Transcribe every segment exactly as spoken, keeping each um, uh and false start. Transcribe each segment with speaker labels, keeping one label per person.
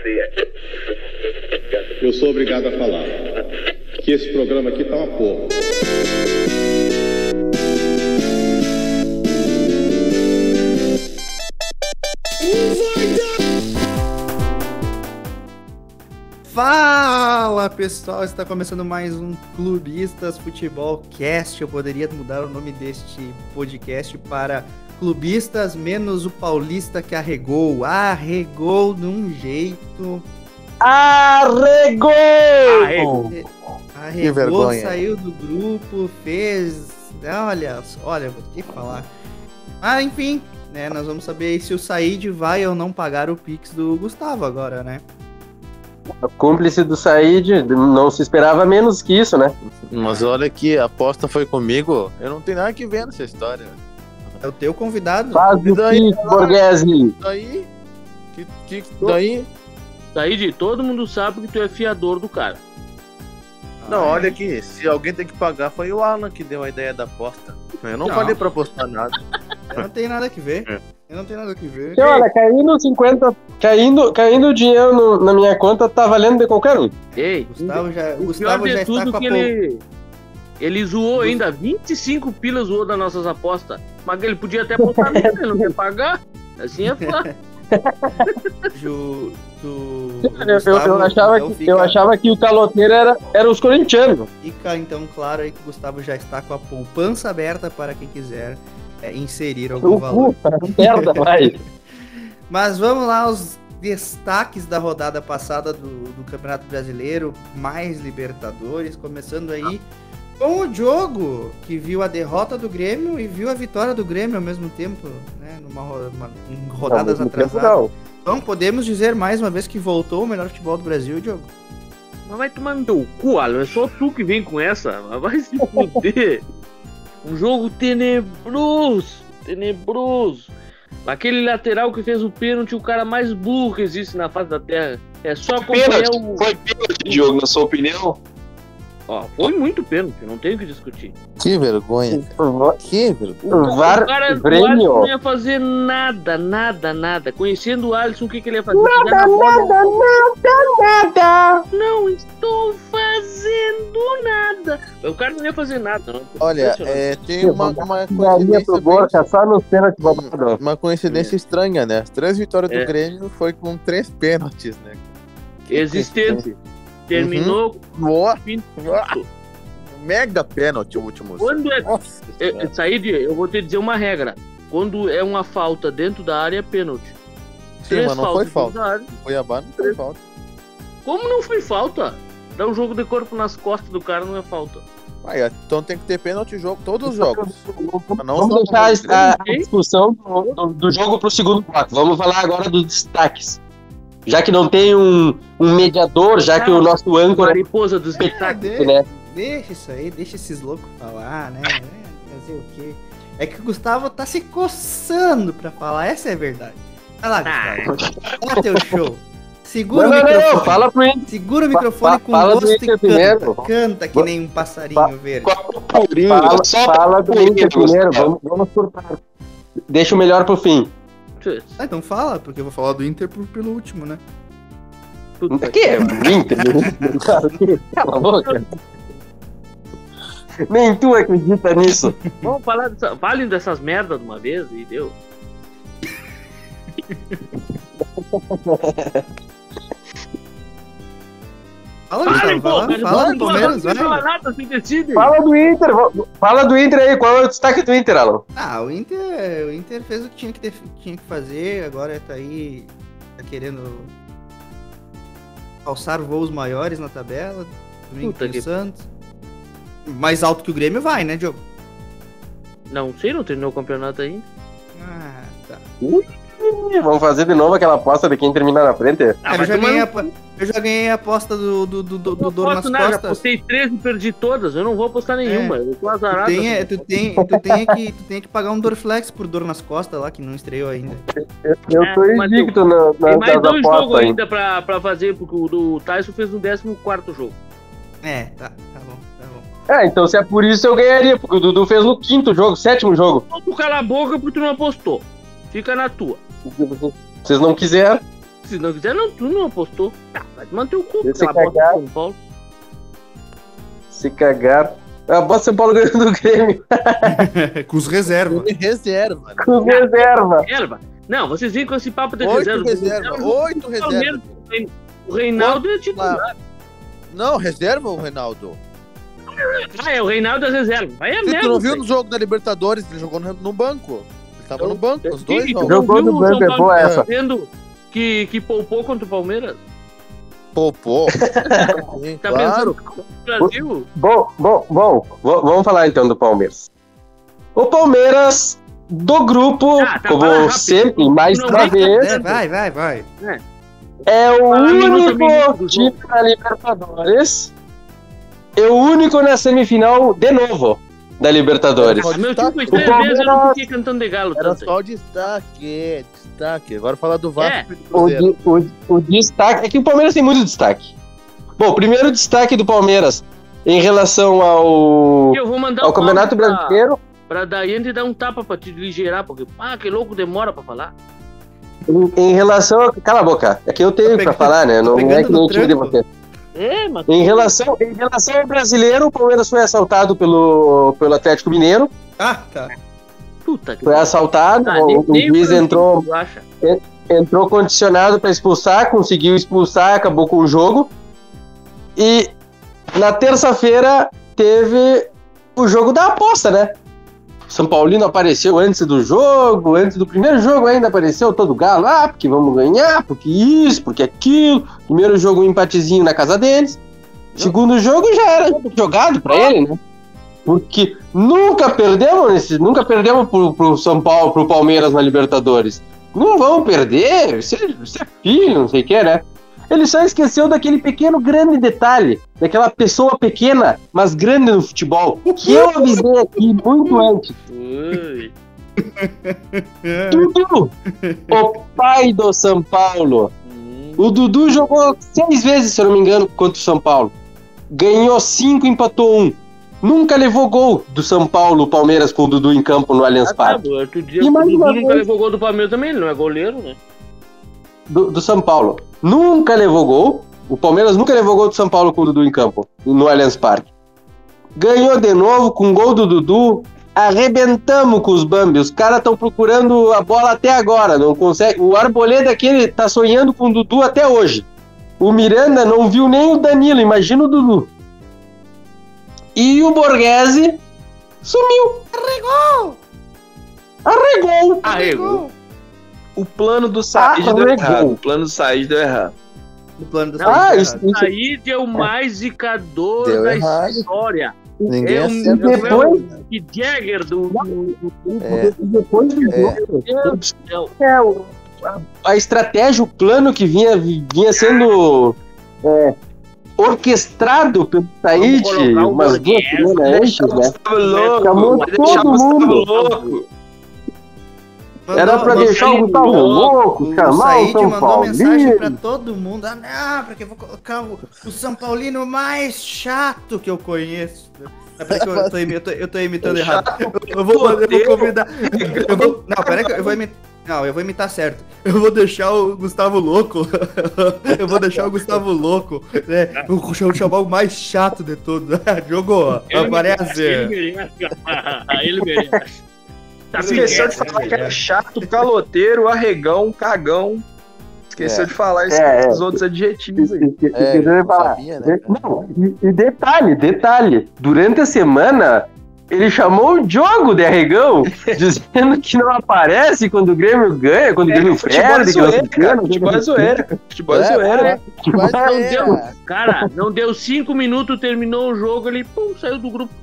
Speaker 1: Eu sou obrigado a falar que esse programa aqui tá uma porra.
Speaker 2: Fala pessoal, está começando mais um Clubistas Futebol Cast. Eu poderia mudar o nome deste podcast para Clubistas menos o paulista que arregou. Arregou de um jeito.
Speaker 3: Arregou!
Speaker 2: Arregou, arregou saiu do grupo, fez. Olha, olha, vou te falar. Ah, enfim, né? Nós vamos saber se o Said vai ou não pagar o Pix do Gustavo agora, né?
Speaker 3: Cúmplice do Said, não se esperava menos que isso, né?
Speaker 4: Mas olha que a aposta foi comigo, eu não tenho nada que ver nessa história.
Speaker 2: É o teu convidado.
Speaker 3: Faz o Pix, Borghese.
Speaker 4: Daí? Que, que, daí?
Speaker 5: Said, todo mundo sabe que tu é fiador do cara.
Speaker 4: Não, olha aqui, se alguém tem que pagar, foi o Alan que deu a ideia da aposta. Eu não, não. falei pra apostar nada.
Speaker 2: Eu não tenho nada que ver. Eu não tenho nada que ver.
Speaker 3: E olha, caindo cinquenta, caindo, caindo dinheiro no, na minha conta, tá valendo de qualquer um.
Speaker 5: Ei,
Speaker 2: Gustavo já, o Gustavo já está com a
Speaker 5: ele, ele zoou ainda, vinte e cinco pilas zoou das nossas apostas. Mas ele podia até apostar nele, ele não quer pagar. Assim é fácil.
Speaker 2: Ju, tu,
Speaker 3: eu, Gustavo, eu, achava então que, fica, eu achava que o caloteiro era, era os corintianos.
Speaker 2: Fica então claro aí que o Gustavo já está com a poupança aberta para quem quiser é, inserir algum
Speaker 3: uh,
Speaker 2: valor.
Speaker 3: Uh, merda, vai.
Speaker 2: Mas vamos lá aos destaques da rodada passada do, do Campeonato Brasileiro, mais Libertadores, começando aí com o Diogo, que viu a derrota do Grêmio e viu a vitória do Grêmio ao mesmo tempo, né, numa uma, em rodadas atrasadas. Então podemos dizer mais uma vez que voltou o melhor futebol do Brasil, Diogo?
Speaker 5: Mas vai tomar no teu cu, Alan, é só tu que vem com essa, vai se fuder. Um jogo tenebroso, tenebroso. Aquele lateral que fez o pênalti, o cara mais burro que existe na face da terra. É só acompanhar o...
Speaker 3: Foi pênalti, Diogo, na sua opinião?
Speaker 5: Ó, foi muito pênalti, não tem o que discutir.
Speaker 4: Que vergonha. Que vergonha.
Speaker 5: O, o cara do Alisson não ia fazer nada, nada, nada. Conhecendo o Alisson, o que, que ele ia fazer?
Speaker 3: Nada, nada, nada, nada.
Speaker 5: Não estou fazendo nada. O cara não ia fazer nada. Não.
Speaker 4: Olha, é, tem uma, uma coincidência
Speaker 3: Borja, só no pênalti,
Speaker 4: uma coincidência é. estranha, né? As três vitórias é. do Grêmio foi com três pênaltis, né?
Speaker 5: Existente. Terminou
Speaker 4: uhum. com mega pênalti o último.
Speaker 5: Quando é, é Said, eu vou te dizer uma regra. Quando é uma falta dentro da área, é pênalti.
Speaker 4: Sim, Três mas não foi falta. Área, Cuiabá não foi falta.
Speaker 5: Como não foi falta? Dar um jogo de corpo nas costas do cara não é falta.
Speaker 4: Ah, então tem que ter pênalti jogo, todos os jogos.
Speaker 3: Vamos deixar a, a discussão do, do jogo pro segundo bloco. Vamos falar agora dos destaques. Já que não tem um, um mediador, já ah, que o nosso âncora...
Speaker 5: Mariposa dos destaques,
Speaker 2: né? Deixa isso aí, deixa esses loucos falar, né? Fazer o quê? É que o Gustavo tá se coçando pra falar, essa é a verdade. Vai lá, Gustavo. Dá teu show. Segura não, o microfone. Não,
Speaker 3: fala pro Inter.
Speaker 2: Segura o microfone com gosto e canta. Primeiro. Canta que nem um passarinho
Speaker 3: fa
Speaker 2: verde.
Speaker 3: Fala, fala do Inter primeiro, vamos, vamos por parte. Deixa o melhor pro fim.
Speaker 2: Ah, então fala, porque eu vou falar do Inter por, pelo último, né?
Speaker 3: O que é o Inter? Cala a boca. Nem tu acredita nisso.
Speaker 5: Vamos falar dessa, falem dessas merdas de uma vez e deu.
Speaker 2: Fala, Gustavo, fala, fala do Palmeiras, vai.
Speaker 5: Nada, se decide.
Speaker 3: Fala do Inter, fala do Inter aí, qual é o destaque do Inter, Alan?
Speaker 2: Ah, o Inter, o Inter fez o que tinha que, ter, tinha que fazer, agora tá aí, tá querendo alçar voos maiores na tabela, do Inter que... Santos. Mais alto que o Grêmio vai, né, Diogo?
Speaker 5: Não sei, não terminou o campeonato aí.
Speaker 2: Ah, tá.
Speaker 3: Ui. Vamos fazer de novo aquela aposta de quem terminar na frente?
Speaker 2: Ah, eu, já ganhei a, eu já ganhei a aposta do, do, do, do, do Dor nas
Speaker 5: nada,
Speaker 2: Costas.
Speaker 5: Já apostei treze e perdi todas, eu não vou apostar nenhuma. É, eu tô azarado.
Speaker 2: Tu tem, tu, tem, tu, tem que, tu tem que pagar um Dorflex por Dor nas Costas lá, que não estreou ainda.
Speaker 3: Eu, eu tô é, invicto na, na,
Speaker 5: tem mais dois jogos
Speaker 3: aí.
Speaker 5: ainda pra, pra fazer, porque o do Tyson fez no décimo quarto jogo.
Speaker 2: É, tá, tá bom, tá bom.
Speaker 3: É, então se é por isso eu ganharia, porque o Dudu fez no quinto jogo, sétimo jogo.
Speaker 5: Tu cala a boca porque tu não apostou. Fica na tua.
Speaker 3: Vocês não quiseram.
Speaker 5: Se não quiser, não, tu não apostou. Ah, vai manter o cu,
Speaker 3: Se
Speaker 5: aquela bosta
Speaker 3: cagar.
Speaker 5: do São Paulo.
Speaker 3: Se cagar. A bosta São Paulo ganhando do Grêmio.
Speaker 2: Com os reservas.
Speaker 4: Ele reserva. Né?
Speaker 3: Com reserva.
Speaker 5: Reserva. Não, vocês vêm com esse papo de
Speaker 4: Oito
Speaker 5: reserva.
Speaker 4: reserva. Oito reserva.
Speaker 5: O Reinaldo é titular.
Speaker 4: Não, reserva o Reinaldo.
Speaker 5: Ah, é o Reinaldo é reserva. Vai a
Speaker 4: Se
Speaker 5: merda.
Speaker 4: tu não viu
Speaker 5: velho.
Speaker 4: no jogo da Libertadores, ele jogou no, no banco. Ele tava no banco, os dois
Speaker 5: E tu
Speaker 4: jogos.
Speaker 5: não
Speaker 3: Jogou
Speaker 5: viu
Speaker 3: no
Speaker 5: o
Speaker 3: banco,
Speaker 5: São
Speaker 3: é
Speaker 5: Paulo
Speaker 3: boa essa.
Speaker 5: dizendo que, que poupou contra o Palmeiras?
Speaker 4: Popô. Sim,
Speaker 5: Tá
Speaker 4: claro.
Speaker 5: pensando no Brasil?
Speaker 3: Bom, bom, bom. V- vamos falar então do Palmeiras. O Palmeiras do grupo,
Speaker 5: Ah, tá,
Speaker 3: como
Speaker 5: fala rápido.
Speaker 3: sempre, mais
Speaker 5: Não
Speaker 3: uma
Speaker 5: vai
Speaker 3: vez,
Speaker 2: É, vai, vai, vai.
Speaker 3: é o
Speaker 5: Fala minuto a minuto
Speaker 3: único
Speaker 5: do
Speaker 3: time
Speaker 5: jogo.
Speaker 3: da Libertadores. É o único na semifinal de novo da Libertadores.
Speaker 4: Era
Speaker 5: Ah, meu
Speaker 4: destaque.
Speaker 5: time foi três
Speaker 3: O
Speaker 5: vezes, eu não
Speaker 3: Palmeiras-
Speaker 5: fiquei cantando de galo.
Speaker 4: Era
Speaker 5: tanto.
Speaker 4: só o destaque, destaque. Agora falar do Vasco
Speaker 5: É.
Speaker 4: e do
Speaker 3: O,
Speaker 4: Cruzeiro.
Speaker 3: di- o- o destaque é que o Palmeiras tem muito destaque. Bom, primeiro destaque do Palmeiras em relação ao,
Speaker 5: Eu vou mandar
Speaker 3: ao
Speaker 5: um
Speaker 3: Campeonato
Speaker 5: áudio pra-
Speaker 3: Brasileiro.
Speaker 5: Pra Daiane dar um tapa pra te ligerar, porque, ah, que louco demora pra falar.
Speaker 3: Em, em relação a... Cala a boca, é que eu tenho
Speaker 2: Tô
Speaker 3: pra
Speaker 2: pegando-
Speaker 3: falar, né? Não
Speaker 2: pegando
Speaker 3: é que
Speaker 2: no
Speaker 3: nem o time de
Speaker 2: tranco.
Speaker 3: você.
Speaker 5: É, mas.
Speaker 3: Em relação, em relação ao brasileiro, o Palmeiras foi assaltado pelo, pelo Atlético Mineiro.
Speaker 2: Ah, tá.
Speaker 5: Puta que
Speaker 3: Foi assaltado,
Speaker 5: Ah,
Speaker 3: o,
Speaker 5: nem-
Speaker 3: o
Speaker 5: nem
Speaker 3: juiz
Speaker 5: Brasil,
Speaker 3: entrou,
Speaker 5: tu acha?
Speaker 3: entrou condicionado para expulsar, conseguiu expulsar, acabou com o jogo. E na terça-feira teve o jogo da aposta, né? São Paulino apareceu antes do jogo, antes do primeiro jogo ainda apareceu todo galo. Ah, porque vamos ganhar, porque isso, porque aquilo. Primeiro jogo um empatezinho na casa deles. Segundo jogo já era jogado pra ele, né? Porque nunca perdemos nesse, nunca perdemos pro, pro São Paulo, pro Palmeiras na Libertadores. Não vão perder, você, você é filho, não sei o que, né? Ele só esqueceu daquele pequeno grande detalhe, daquela pessoa pequena, mas grande no futebol, que eu avisei aqui muito antes.
Speaker 5: Ui.
Speaker 3: Dudu, o pai do São Paulo.
Speaker 5: Hum.
Speaker 3: O Dudu jogou seis vezes, se eu não me engano, contra o São Paulo. Ganhou cinco, empatou um. Nunca levou gol do São Paulo, o Palmeiras com o Dudu em campo no Allianz
Speaker 5: Ah, tá,
Speaker 3: Parque.
Speaker 5: outro dia
Speaker 3: E
Speaker 5: o
Speaker 3: mais
Speaker 5: Dudu
Speaker 3: uma
Speaker 5: nunca
Speaker 3: vez-
Speaker 5: levou gol do Palmeiras também, ele não é goleiro, né?
Speaker 3: Do, do São Paulo. Nunca levou gol. O Palmeiras nunca levou gol do São Paulo com o Dudu em campo, no Allianz Parque. Ganhou de novo com gol do Dudu. Arrebentamos com os Bambi. Os caras estão procurando a bola até agora. Não consegue. O Arboleda aquele tá sonhando com o Dudu até hoje. O Miranda não viu nem o Danilo. Imagina o Dudu. E o Borghese sumiu. Arregou! Arregou!
Speaker 5: Arregou.
Speaker 6: O plano do Said
Speaker 3: Ah,
Speaker 6: deu
Speaker 3: arregou.
Speaker 6: errado. O plano do Said deu errado.
Speaker 2: No plano do
Speaker 5: Não,
Speaker 3: Ah,
Speaker 2: Said,
Speaker 3: isso,
Speaker 2: errado.
Speaker 3: isso.
Speaker 5: Aí é o mais zicador
Speaker 4: Deu
Speaker 5: da
Speaker 4: errado.
Speaker 5: história.
Speaker 4: Ninguém
Speaker 5: É um,
Speaker 4: acerta.
Speaker 5: é
Speaker 3: depois-
Speaker 5: o Mick Jagger do, do, do,
Speaker 4: É.
Speaker 3: Depois do
Speaker 4: É.
Speaker 3: jogo.
Speaker 5: Meu Deus do céu.
Speaker 3: É, o- a, a estratégia, o plano que vinha, vinha sendo é, orquestrado pelo Said
Speaker 5: Vamos colocar o
Speaker 3: umas duas
Speaker 5: Borghese,
Speaker 3: semanas antes, né?
Speaker 6: Tava louco.
Speaker 3: Chamou
Speaker 6: Vai deixar
Speaker 3: todo
Speaker 6: você
Speaker 3: mundo.
Speaker 6: louco.
Speaker 2: Mandou-
Speaker 3: Era pra
Speaker 2: mandou-
Speaker 3: deixar o Gustavo louco,
Speaker 2: O
Speaker 3: chamar o
Speaker 2: Said
Speaker 3: São
Speaker 2: mandou mensagem pra
Speaker 3: Paulino.
Speaker 2: todo mundo. Ah, não, porque eu vou colocar o, o São Paulino mais chato que eu conheço. É porque eu tô, imi- eu tô- eu tô imitando errado. Eu, eu vou, eu vou convidar. Eu vou, não, peraí que eu vou imitar. Não, eu vou imitar certo. Eu vou deixar o Gustavo louco. Eu vou deixar o Gustavo louco. Né? Eu vou chamar o mais chato de todos. Jogou.
Speaker 5: Ele
Speaker 2: Aparece.
Speaker 5: merece. Ele merece. Tá
Speaker 6: Esqueceu de
Speaker 5: merece,
Speaker 6: falar que era
Speaker 2: é.
Speaker 6: chato, caloteiro, arregão, cagão. Esqueceu
Speaker 4: É.
Speaker 6: de falar esses
Speaker 3: É, é.
Speaker 6: outros adjetivos aí.
Speaker 4: É,
Speaker 3: Eu ia falar.
Speaker 4: sabia, né, cara?
Speaker 3: Não, e, e detalhe, detalhe. Durante a semana, ele chamou o Diogo de arregão, dizendo que não aparece quando o Grêmio ganha, quando o
Speaker 6: É,
Speaker 3: Grêmio
Speaker 6: futebol é
Speaker 3: perde, que não
Speaker 6: zoeira,
Speaker 3: se
Speaker 6: cara.
Speaker 3: engana,
Speaker 6: Futebol é zoeira. Futebol é
Speaker 4: É,
Speaker 6: zoeira.
Speaker 4: Mas
Speaker 5: Não
Speaker 4: é,
Speaker 5: deu, cara, não deu cinco minutos, terminou o jogo, ele pum, saiu do grupo.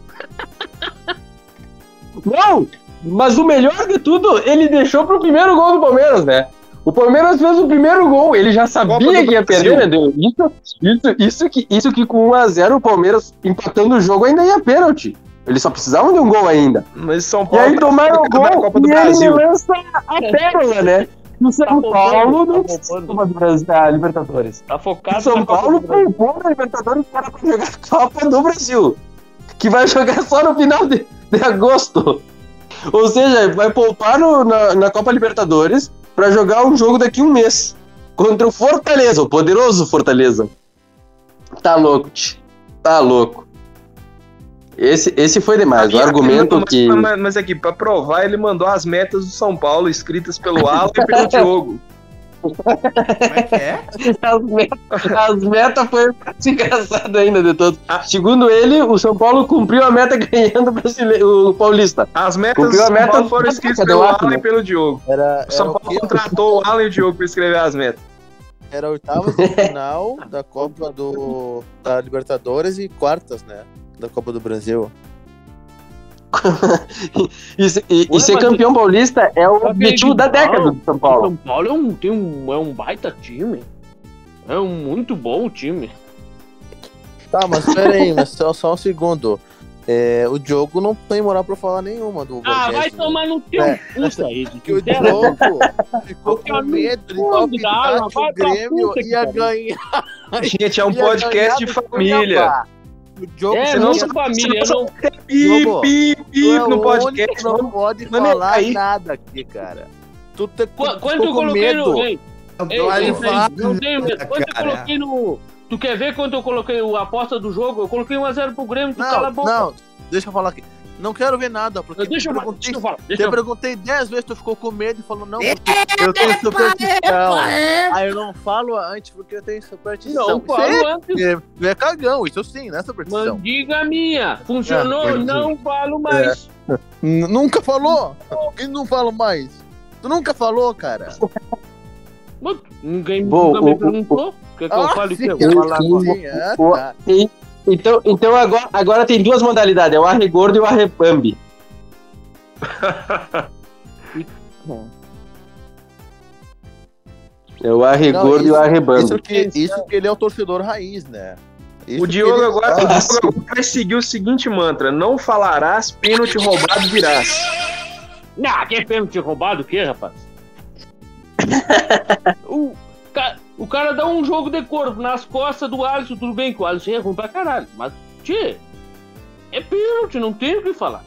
Speaker 3: Não, mas o melhor de tudo, ele deixou pro primeiro gol do Palmeiras, né? O Palmeiras fez o primeiro gol, ele já
Speaker 6: Copa
Speaker 3: sabia
Speaker 6: do
Speaker 3: que ia
Speaker 6: Brasil.
Speaker 3: perder, né? Deu? Isso, isso, isso, que, isso que com um a zero o Palmeiras empatando o jogo ainda ia pênalti. Eles só precisavam de um gol ainda.
Speaker 6: Mas São
Speaker 3: E
Speaker 6: Paulo
Speaker 3: aí
Speaker 6: tá
Speaker 3: tomaram o
Speaker 6: focado na
Speaker 3: gol
Speaker 6: Copa do
Speaker 3: e ele me
Speaker 6: Brasil.
Speaker 3: lança a pérola, né? O São
Speaker 5: poupando,
Speaker 3: Paulo
Speaker 5: tá
Speaker 3: não
Speaker 5: poupando.
Speaker 3: precisa do Brasil, da Libertadores.
Speaker 5: Tá focado
Speaker 3: O São
Speaker 5: na Copa
Speaker 3: Paulo
Speaker 5: do Brasil.
Speaker 3: poupou na Libertadores para jogar a Copa do Brasil, que vai jogar só no final de, de agosto. Ou seja, vai poupar no- na, na Copa Libertadores para jogar um jogo daqui a um mês. contra o Fortaleza, o poderoso Fortaleza. Tá louco, tch. Tá louco. Esse, esse foi demais. O argumento
Speaker 6: mas,
Speaker 3: que...
Speaker 6: Mas, mas aqui, pra provar, ele mandou as metas do São Paulo escritas pelo Alan e pelo Diogo.
Speaker 2: Como é que é?
Speaker 3: As metas, as metas foi mais engraçado ainda de todos. Segundo ele, o São Paulo cumpriu a meta ganhando o, brasile... o Paulista.
Speaker 6: As metas do
Speaker 3: Cumpriu a
Speaker 6: São
Speaker 3: meta
Speaker 6: Paulo foram escritas
Speaker 3: Cadê
Speaker 6: pelo
Speaker 3: o
Speaker 6: Alan
Speaker 3: átomo?
Speaker 6: e pelo Diogo.
Speaker 4: Era,
Speaker 6: O São
Speaker 4: era, o
Speaker 6: Paulo
Speaker 4: quê?
Speaker 6: contratou o Alan e o Diogo pra escrever as metas.
Speaker 4: Era oitavas de final da Copa do da Libertadores e quartas, né? Da Copa do Brasil.
Speaker 3: E, se- e- e
Speaker 5: Ué,
Speaker 3: ser
Speaker 5: mas-
Speaker 3: campeão paulista é o
Speaker 5: Sabe
Speaker 3: objetivo
Speaker 5: que
Speaker 3: da
Speaker 5: não?
Speaker 3: década do São
Speaker 5: O
Speaker 3: Paulo.
Speaker 5: São Paulo é um, tem um, é um baita time. É um muito bom time.
Speaker 4: Tá, mas peraí, mas só, só um segundo. É, o Diogo não tem moral pra falar nenhuma do
Speaker 5: Ah,
Speaker 4: Borges,
Speaker 5: vai
Speaker 4: né?
Speaker 5: tomar no teu
Speaker 4: É.
Speaker 5: cu, Said.
Speaker 4: Que o
Speaker 5: Sincera.
Speaker 4: Diogo ficou
Speaker 5: Eu quero
Speaker 4: com medo de
Speaker 5: fundo da alma,
Speaker 4: palpitar que
Speaker 5: vai
Speaker 4: o
Speaker 5: pra
Speaker 4: Grêmio
Speaker 5: puta que
Speaker 4: ia
Speaker 5: pariu.
Speaker 4: ganhar.
Speaker 6: Gente, é um
Speaker 4: ia
Speaker 6: podcast de
Speaker 4: ganhar do
Speaker 6: família.
Speaker 4: Cuiabá. O Diogo
Speaker 5: É,
Speaker 6: Você
Speaker 5: não
Speaker 6: não
Speaker 5: sou família, eu não...
Speaker 6: Pi,
Speaker 4: Lobo,
Speaker 6: pi,
Speaker 4: Tu
Speaker 6: pi
Speaker 4: é
Speaker 6: no
Speaker 4: o único
Speaker 6: podcast.
Speaker 4: que não pode
Speaker 6: Mano,
Speaker 4: falar
Speaker 6: aí-
Speaker 4: nada aqui, cara. Tu, te, tu
Speaker 5: Qu-
Speaker 4: ficou
Speaker 5: Quanto eu
Speaker 4: com
Speaker 5: coloquei
Speaker 4: medo.
Speaker 5: no... Ei, ei,
Speaker 2: Olha,
Speaker 5: ei,
Speaker 2: fala-
Speaker 5: não tenho medo. Quanto eu
Speaker 2: cara.
Speaker 5: coloquei no... Tu quer ver quanto eu coloquei a aposta do jogo? Eu coloquei um a zero pro Grêmio, tu cala a
Speaker 4: Não,
Speaker 5: boca.
Speaker 4: não, deixa eu falar aqui. Não quero ver nada, porque
Speaker 5: Deixa eu
Speaker 4: te
Speaker 5: falar,
Speaker 4: perguntei,
Speaker 5: deixa eu falar. Deixa
Speaker 4: te
Speaker 5: eu...
Speaker 4: perguntei dez vezes, tu ficou com medo e falou, não, porque eu tenho superstição. Aí eu não falo antes porque eu tenho superstição.
Speaker 5: Não falo antes.
Speaker 4: Você tu é cagão, isso sim, não é superstição.
Speaker 5: Mandiga minha. Funcionou,
Speaker 4: É,
Speaker 5: não falo mais.
Speaker 4: N- Nunca falou? Quem não fala mais? Tu nunca falou, cara.
Speaker 5: Mas Ninguém
Speaker 3: Bom,
Speaker 5: nunca me
Speaker 3: o-
Speaker 5: perguntou. Quer que eu fale o quê? Eu
Speaker 3: sim,
Speaker 5: vou falar
Speaker 3: sim.
Speaker 5: agora.
Speaker 4: Sim, ah,
Speaker 3: O-
Speaker 4: tá.
Speaker 3: e- então, então agora, agora tem duas modalidades, é o arregordo e o arrebambi. É o arregordo
Speaker 4: Não,
Speaker 3: e o
Speaker 4: isso-
Speaker 3: arrebambi.
Speaker 4: Isso que, isso que ele é o torcedor raiz, né? Isso
Speaker 6: O
Speaker 4: que
Speaker 6: Diogo
Speaker 4: ele-
Speaker 6: agora, o
Speaker 3: Ah,
Speaker 6: Diogo agora vai seguir o seguinte mantra: não falarás, pênalti roubado virás.
Speaker 5: Ah, que pênalti roubado o quê, rapaz? o, ca- o cara dá um jogo de corpo nas costas do Alisson, tudo bem que o Alisson é ruim pra caralho, mas, tchê, é pênalti, não tem o que falar.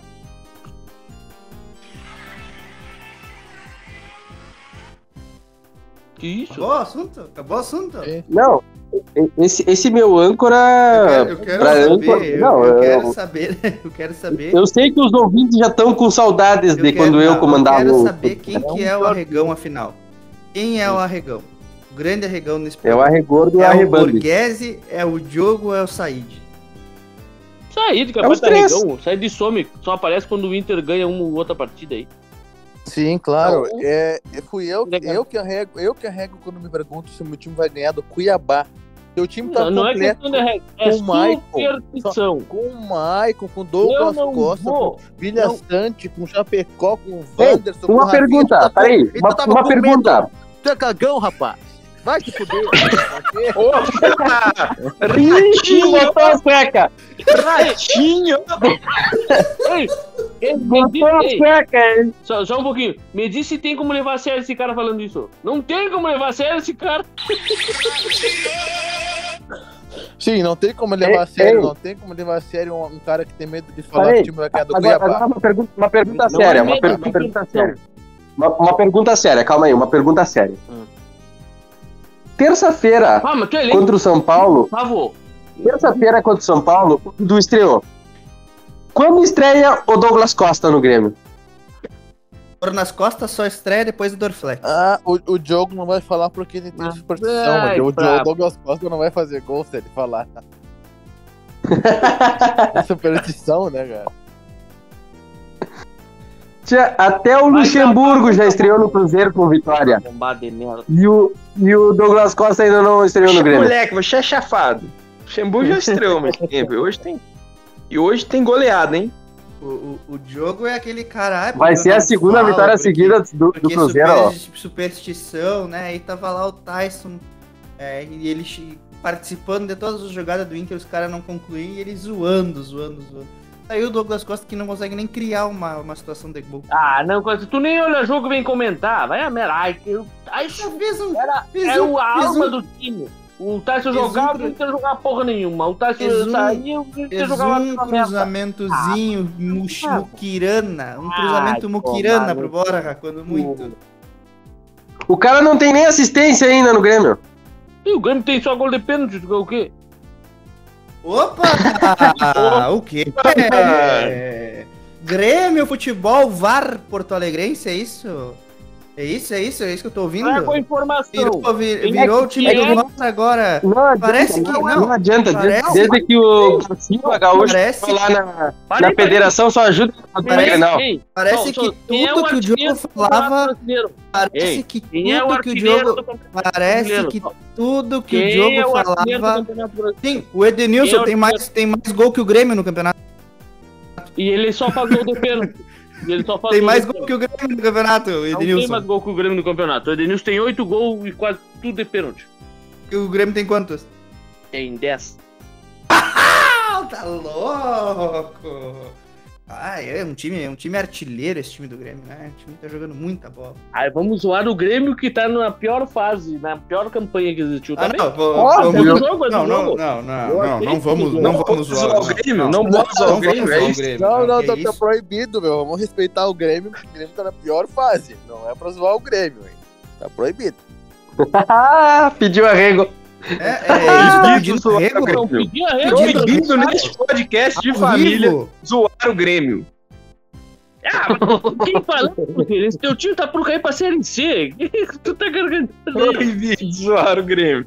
Speaker 5: Que isso?
Speaker 2: Acabou o assunto? Acabou o assunto?
Speaker 4: É.
Speaker 3: Não, e- esse, esse meu âncora.
Speaker 2: Eu quero, eu quero
Speaker 3: pra
Speaker 2: saber,
Speaker 3: âncora-
Speaker 2: eu,
Speaker 3: não,
Speaker 2: eu
Speaker 3: eu-
Speaker 2: quero saber, eu quero saber.
Speaker 3: Eu sei que os ouvintes já estão com saudades de
Speaker 2: quero-
Speaker 3: quando eu
Speaker 2: não,
Speaker 3: comandava
Speaker 2: Eu quero
Speaker 3: o.
Speaker 2: saber quem que é o arregão, afinal. Quem é o arregão? O grande arregão nesse
Speaker 3: É o
Speaker 2: programa.
Speaker 3: arregordo e o
Speaker 2: É o
Speaker 3: arrebambi.
Speaker 2: Borghese, é o Diogo ou é o Said?
Speaker 5: Saí de
Speaker 3: É
Speaker 5: capaz
Speaker 3: os
Speaker 5: tá
Speaker 3: três.
Speaker 5: regão, sai de some, só aparece quando o Inter ganha uma ou outra partida aí.
Speaker 4: Sim, claro.
Speaker 5: Não.
Speaker 4: É, é, fui eu,
Speaker 5: Legal.
Speaker 4: eu que arrego, eu que arrego quando me pergunto se o meu time vai ganhar do Cuiabá. Seu time tá
Speaker 5: Não, não é
Speaker 4: completo
Speaker 5: questão de regra, é
Speaker 4: com o Michael.
Speaker 5: superstição.
Speaker 4: com o Maicon, com o
Speaker 5: Eu
Speaker 4: Douglas
Speaker 5: não
Speaker 4: Costa,
Speaker 5: vou.
Speaker 4: com o Vilha
Speaker 5: Não.
Speaker 4: Sante, com o Chapecó, com o
Speaker 3: Ei,
Speaker 4: Wanderson, com o
Speaker 3: uma
Speaker 4: Rafinha.
Speaker 3: pergunta,
Speaker 4: Tu tá com-
Speaker 3: peraí,
Speaker 4: e tu
Speaker 3: uma,
Speaker 4: tava
Speaker 3: uma
Speaker 4: com
Speaker 3: pergunta.
Speaker 4: medo. Tu é cagão, rapaz. Vai te fuder.
Speaker 3: Ixi, botou a cueca!
Speaker 6: Ratinho!
Speaker 5: Ei, ei, me diz-
Speaker 3: Botou a
Speaker 5: ei,
Speaker 3: cueca! hein?
Speaker 5: só, só um pouquinho. Me diz se tem como levar a sério esse cara falando isso. Não tem como levar a sério esse cara.
Speaker 4: Sim, não tem como levar
Speaker 3: Ei,
Speaker 4: a sério,
Speaker 3: ei.
Speaker 4: não tem como levar a sério um, um cara que tem medo de falar
Speaker 3: Peraí,
Speaker 4: que o time vai ganhar do
Speaker 3: Agora,
Speaker 4: Cuiabá.
Speaker 3: agora uma pergunta, uma pergunta
Speaker 5: Não
Speaker 3: séria,
Speaker 5: é
Speaker 3: uma,
Speaker 5: medo,
Speaker 3: per-
Speaker 5: é
Speaker 3: uma pergunta
Speaker 5: percepção.
Speaker 3: séria. Uma, uma pergunta séria, calma aí, uma pergunta séria.
Speaker 4: Hum.
Speaker 3: Terça-feira,
Speaker 5: Ah, mas tu é elenco,
Speaker 3: contra o São Paulo,
Speaker 5: por favor.
Speaker 3: terça-feira contra o São Paulo, o Dudu estreou. Quando estreia o Douglas Costa no Grêmio?
Speaker 2: Dor nas costas só estreia depois do Dorflex.
Speaker 4: Ah, o, o Diogo não vai falar porque ele tem
Speaker 5: Ah,
Speaker 4: superstição.
Speaker 5: ai,
Speaker 4: O
Speaker 5: pra-
Speaker 4: Diogo Douglas Costa não vai fazer gol se ele falar. É superstição, né, cara?
Speaker 3: Tia, até o
Speaker 5: Vai
Speaker 3: Luxemburgo
Speaker 5: dar-
Speaker 3: já estreou no Cruzeiro com vitória.
Speaker 5: Bombada de merda.
Speaker 3: E o, e o Douglas Costa ainda não estreou no Grêmio.
Speaker 6: Moleque, você é chafado. O Xemburgo já estreou há muito tempo. E hoje tem. E hoje tem goleada, hein?
Speaker 2: O, o, o Diogo é aquele cara. ah,
Speaker 3: Vai
Speaker 2: porque
Speaker 3: ser
Speaker 2: eu
Speaker 3: a
Speaker 2: não
Speaker 3: segunda
Speaker 2: falo,
Speaker 3: vitória
Speaker 2: porque-
Speaker 3: seguida do, do
Speaker 2: Porque
Speaker 3: Cruzeiro, ó.
Speaker 2: super- superstição, né? Aí tava lá o Tyson, é, e ele chi- participando de todas as jogadas do Inter, os caras não concluíam, e ele zoando, zoando, zoando. Aí o Douglas Costa que não consegue nem criar uma, uma situação de gol.
Speaker 5: Ah, não, coisa- tu nem olha jogo e vem comentar. Vai a merda. Ai, eu- ai,
Speaker 2: Já fez um.
Speaker 5: era,
Speaker 2: fez
Speaker 5: é
Speaker 2: um-
Speaker 5: o- a
Speaker 2: fez
Speaker 5: alma
Speaker 2: um-
Speaker 5: do time. O Tyson
Speaker 2: fez
Speaker 5: jogava
Speaker 2: um
Speaker 5: e o Inter jogava porra nenhuma. O Tyson
Speaker 2: fez um-
Speaker 5: saía, o Inter
Speaker 2: Fez
Speaker 5: jogava
Speaker 2: um
Speaker 5: na merda.
Speaker 2: cruzamentozinho mush-
Speaker 5: Ah.
Speaker 2: muquirana. Um
Speaker 5: Ai,
Speaker 2: cruzamento muquirana
Speaker 5: tomar
Speaker 2: pro
Speaker 5: no
Speaker 2: Borja, quando muito.
Speaker 3: O cara não tem nem assistência ainda no Grêmio.
Speaker 5: E o Grêmio tem só gol de pênalti, tu quer o quê?
Speaker 2: Opa! O quê? É... Grêmio Futebol V A R Porto Alegrense, é isso? É isso, é isso, é isso que eu tô ouvindo?
Speaker 5: Traga a informação.
Speaker 2: Virou, vir-
Speaker 5: Quem
Speaker 2: virou
Speaker 5: é
Speaker 2: o time
Speaker 5: que
Speaker 2: do
Speaker 5: é?
Speaker 2: Nossa agora.
Speaker 3: Não adianta,
Speaker 2: Parece que-
Speaker 3: não,
Speaker 2: não,
Speaker 3: não adianta. Desde,
Speaker 2: parece-
Speaker 3: desde que o Silva Gaúcho
Speaker 2: Parece-
Speaker 3: foi lá na,
Speaker 5: Parei,
Speaker 3: na federação, só ajuda a
Speaker 2: Parece-
Speaker 3: não.
Speaker 5: Ei,
Speaker 2: Parece
Speaker 5: só-
Speaker 2: que
Speaker 5: só- quem é
Speaker 2: tudo que o Diogo
Speaker 5: artilheiro do
Speaker 2: falava-
Speaker 5: Campeonato Brasileiro?
Speaker 2: Parece
Speaker 5: Ei,
Speaker 2: que
Speaker 5: Quem é o
Speaker 2: tudo que o
Speaker 5: artilheiro
Speaker 2: Diogo...
Speaker 5: do Campeonato
Speaker 2: Parece
Speaker 5: Brasileiro?
Speaker 2: que tudo que o
Speaker 5: Quem
Speaker 2: Diogo
Speaker 5: é o artilheiro do
Speaker 2: falava...
Speaker 5: Campeonato Brasileiro?
Speaker 2: Sim, o Edenilson
Speaker 5: Quem é o
Speaker 2: tem mais, tem mais gol que o Grêmio no campeonato.
Speaker 5: E ele só faz gol de pênalti. E ele só faz
Speaker 2: Tem
Speaker 5: gol
Speaker 2: mais
Speaker 5: de
Speaker 2: gol que o Grêmio no campeonato, o
Speaker 5: Não tem mais
Speaker 2: Edenilson.
Speaker 5: gol que o Grêmio no campeonato. O Edenilson tem oito gols e quase tudo de pênalti.
Speaker 2: E o Grêmio tem quantos?
Speaker 5: Tem dez.
Speaker 2: Ah, tá louco! Ah, é um time, é um time artilheiro esse time do Grêmio, né? O time tá jogando muita bola.
Speaker 5: Aí vamos zoar o Grêmio que tá na pior fase, na pior campanha que existiu
Speaker 2: Ah,
Speaker 5: também.
Speaker 2: não, vou-
Speaker 3: Óbvio.
Speaker 2: vamos-
Speaker 5: É do jogo, é do
Speaker 2: não, não,
Speaker 5: jogo.
Speaker 2: não, não,
Speaker 5: Eu
Speaker 2: não,
Speaker 5: achei
Speaker 2: não vamos,
Speaker 5: que-
Speaker 2: não
Speaker 6: Não
Speaker 2: vamos
Speaker 6: pode
Speaker 2: zoar
Speaker 6: zoar o Grêmio, não pode zoar o Grêmio, é isso?
Speaker 2: Grêmio,
Speaker 7: Não, não,
Speaker 2: que
Speaker 7: tá,
Speaker 2: é
Speaker 7: tá
Speaker 2: isso?
Speaker 7: proibido, meu. Vamos respeitar o Grêmio, porque o Grêmio tá na pior fase. Não é pra zoar o Grêmio, hein? Tá proibido.
Speaker 3: Ah, pediu arrego.
Speaker 2: É, é isso, tá pedindo
Speaker 6: zoar o
Speaker 2: rego?
Speaker 6: Grêmio.
Speaker 5: Não pedia rego,
Speaker 6: Proibido
Speaker 5: não.
Speaker 6: neste podcast de
Speaker 2: Ao
Speaker 6: família
Speaker 2: vivo.
Speaker 6: zoar o Grêmio.
Speaker 5: Ah, mas quem fala? Esse teu time tá por cair pra Série C. O que tu tá gargantando aí?
Speaker 6: Proibido zoar o Grêmio.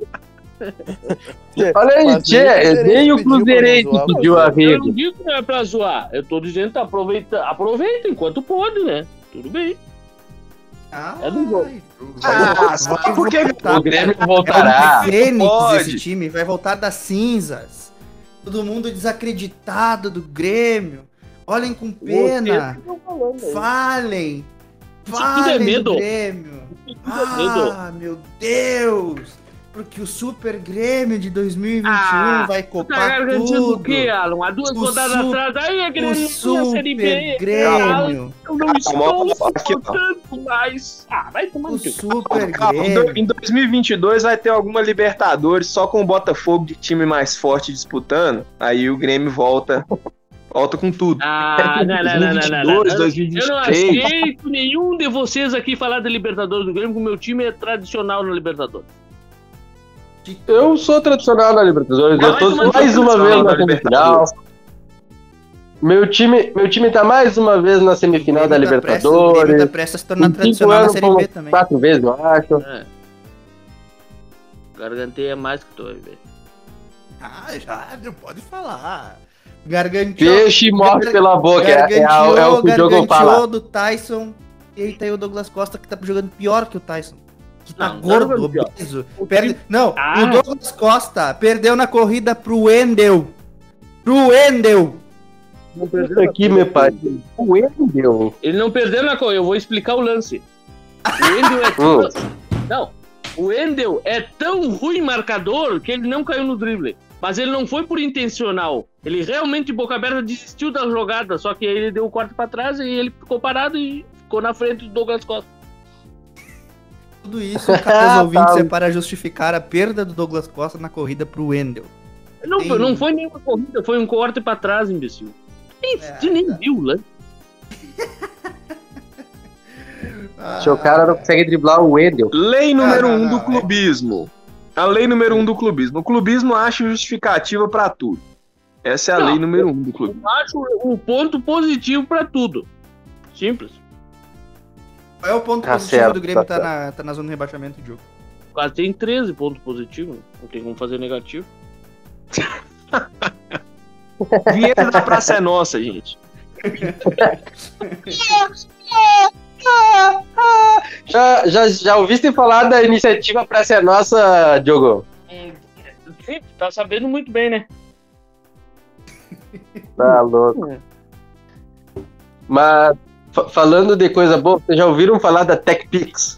Speaker 3: Olha aí,
Speaker 7: Mas
Speaker 3: tchê,
Speaker 7: nem o Cruzeirense
Speaker 3: nem o
Speaker 7: pediu pra
Speaker 3: Cruzeirense
Speaker 7: não zoar,
Speaker 3: pediu
Speaker 7: mas-
Speaker 5: Eu
Speaker 3: arrego.
Speaker 5: não digo que não é pra zoar. Eu tô dizendo que aproveita, aproveita enquanto pode, né? Tudo bem.
Speaker 2: Ah,
Speaker 5: É do jogo.
Speaker 6: Ah, só
Speaker 2: vai
Speaker 6: porque
Speaker 2: voltar.
Speaker 3: O Grêmio
Speaker 2: É
Speaker 3: voltará.
Speaker 2: o Fênix
Speaker 6: Pode.
Speaker 2: esse time, vai voltar das cinzas. Todo mundo desacreditado do Grêmio. Olhem com pena.
Speaker 5: Vocês estão falando aí.
Speaker 2: Falem.
Speaker 5: Isso tudo é
Speaker 2: Falem do
Speaker 5: medo.
Speaker 2: Grêmio.
Speaker 5: Isso tudo é medo.
Speaker 2: Ah, meu Deus. Porque o Super Grêmio de dois mil e vinte e um
Speaker 5: Ah,
Speaker 2: vai
Speaker 5: Tu tá
Speaker 2: copar
Speaker 5: gargantando
Speaker 2: tudo.
Speaker 5: o quê, Alan? Há duas
Speaker 2: O
Speaker 5: rodadas
Speaker 2: su-
Speaker 5: atrás, aí a
Speaker 2: O
Speaker 5: Grêmio na Série B.
Speaker 2: Super Grêmio.
Speaker 5: Eu não
Speaker 6: Calma,
Speaker 5: estou
Speaker 6: aqui, ó.
Speaker 5: suportando mais. Ah, vai tomar
Speaker 2: O
Speaker 5: no teu.
Speaker 2: Super
Speaker 6: Calma,
Speaker 2: Grêmio.
Speaker 6: em dois mil e vinte e dois vai ter alguma Libertadores só com o Botafogo de time mais forte disputando. Aí o Grêmio volta, volta com tudo.
Speaker 5: Ah, não, não, não, não, não, não.
Speaker 6: dois mil e vinte e
Speaker 5: Eu não
Speaker 6: três.
Speaker 5: aceito nenhum de vocês aqui falar da Libertadores do Grêmio, porque o meu time é tradicional na Libertadores.
Speaker 3: Eu sou tradicional na Libertadores.
Speaker 5: Não,
Speaker 3: Eu tô
Speaker 5: mas
Speaker 3: mais uma
Speaker 6: tradicional
Speaker 3: vez
Speaker 6: na
Speaker 3: na semifinal. Meu time, meu time tá mais uma vez na semifinal da
Speaker 2: O Grêmio tá prestes- O
Speaker 3: Libertadores.
Speaker 2: Grêmio tá prestes a se tornar
Speaker 3: Em cinco
Speaker 2: tradicional na
Speaker 3: anos
Speaker 2: Série B
Speaker 3: fomos
Speaker 2: também.
Speaker 3: quatro vezes, eu acho.
Speaker 5: É. Gargantei é mais que tu, velho.
Speaker 2: Ah, já, não pode falar. Garganteou.
Speaker 3: Peixe morre
Speaker 2: Gar-
Speaker 3: pela boca. É, é,
Speaker 2: Garganteou,
Speaker 3: é o que o jogo
Speaker 2: garganteou
Speaker 3: fala.
Speaker 2: do Tyson. E aí tá aí o Douglas Costa que tá jogando pior que o Tyson. Que tá
Speaker 5: Não, não tá
Speaker 2: gordo,
Speaker 5: jogando pior.
Speaker 2: obeso.
Speaker 5: O
Speaker 2: Perde...
Speaker 5: time-
Speaker 2: Não,
Speaker 5: Ah.
Speaker 2: o Douglas Costa perdeu na corrida pro Wendel. Pro Wendel.
Speaker 3: Isso aqui, meu pai. O Wendel.
Speaker 5: Ele não perdeu na corrida, eu vou explicar o lance. O Wendel é
Speaker 3: Hum.
Speaker 5: tão... Não, o Wendel é tão ruim marcador que ele não caiu no drible. Mas ele não foi por intencional. Ele realmente, de boca aberta, desistiu da jogada. Só que aí ele deu o corte pra trás e ele ficou parado e ficou na frente do Douglas Costa.
Speaker 2: Tudo isso, caros ouvintes,
Speaker 3: Tá.
Speaker 2: é para justificar a perda do Douglas Costa na corrida pro Wendel.
Speaker 5: Não,
Speaker 2: Tem-
Speaker 5: foi- não foi nenhuma corrida, foi um corte pra trás, imbecil. Nem,
Speaker 2: É,
Speaker 5: tu nem viu, né?
Speaker 3: O cara não consegue driblar o Wendel.
Speaker 6: Lei número
Speaker 2: Não, não,
Speaker 6: um do
Speaker 2: não,
Speaker 6: clubismo. A lei número um do clubismo. O clubismo acha justificativa pra tudo. Essa é a
Speaker 5: Não.
Speaker 6: lei número um do clubismo.
Speaker 5: Eu acho um ponto positivo pra tudo. Simples.
Speaker 2: Qual é o ponto
Speaker 3: Tá
Speaker 2: positivo
Speaker 3: certo,
Speaker 2: do Grêmio
Speaker 3: tá
Speaker 2: tá, na, tá na zona de rebaixamento do jogo?
Speaker 5: Quase tem treze pontos positivos. Não tem como fazer negativo.
Speaker 6: Vinheta da Praça é Nossa, gente.
Speaker 3: Já, já, já ouviste falar da iniciativa Praça é Nossa, Diogo?
Speaker 5: Sim, tá sabendo muito bem, né?
Speaker 3: Tá louco. Mas, fa- falando de coisa boa, vocês já ouviram falar da TechPix?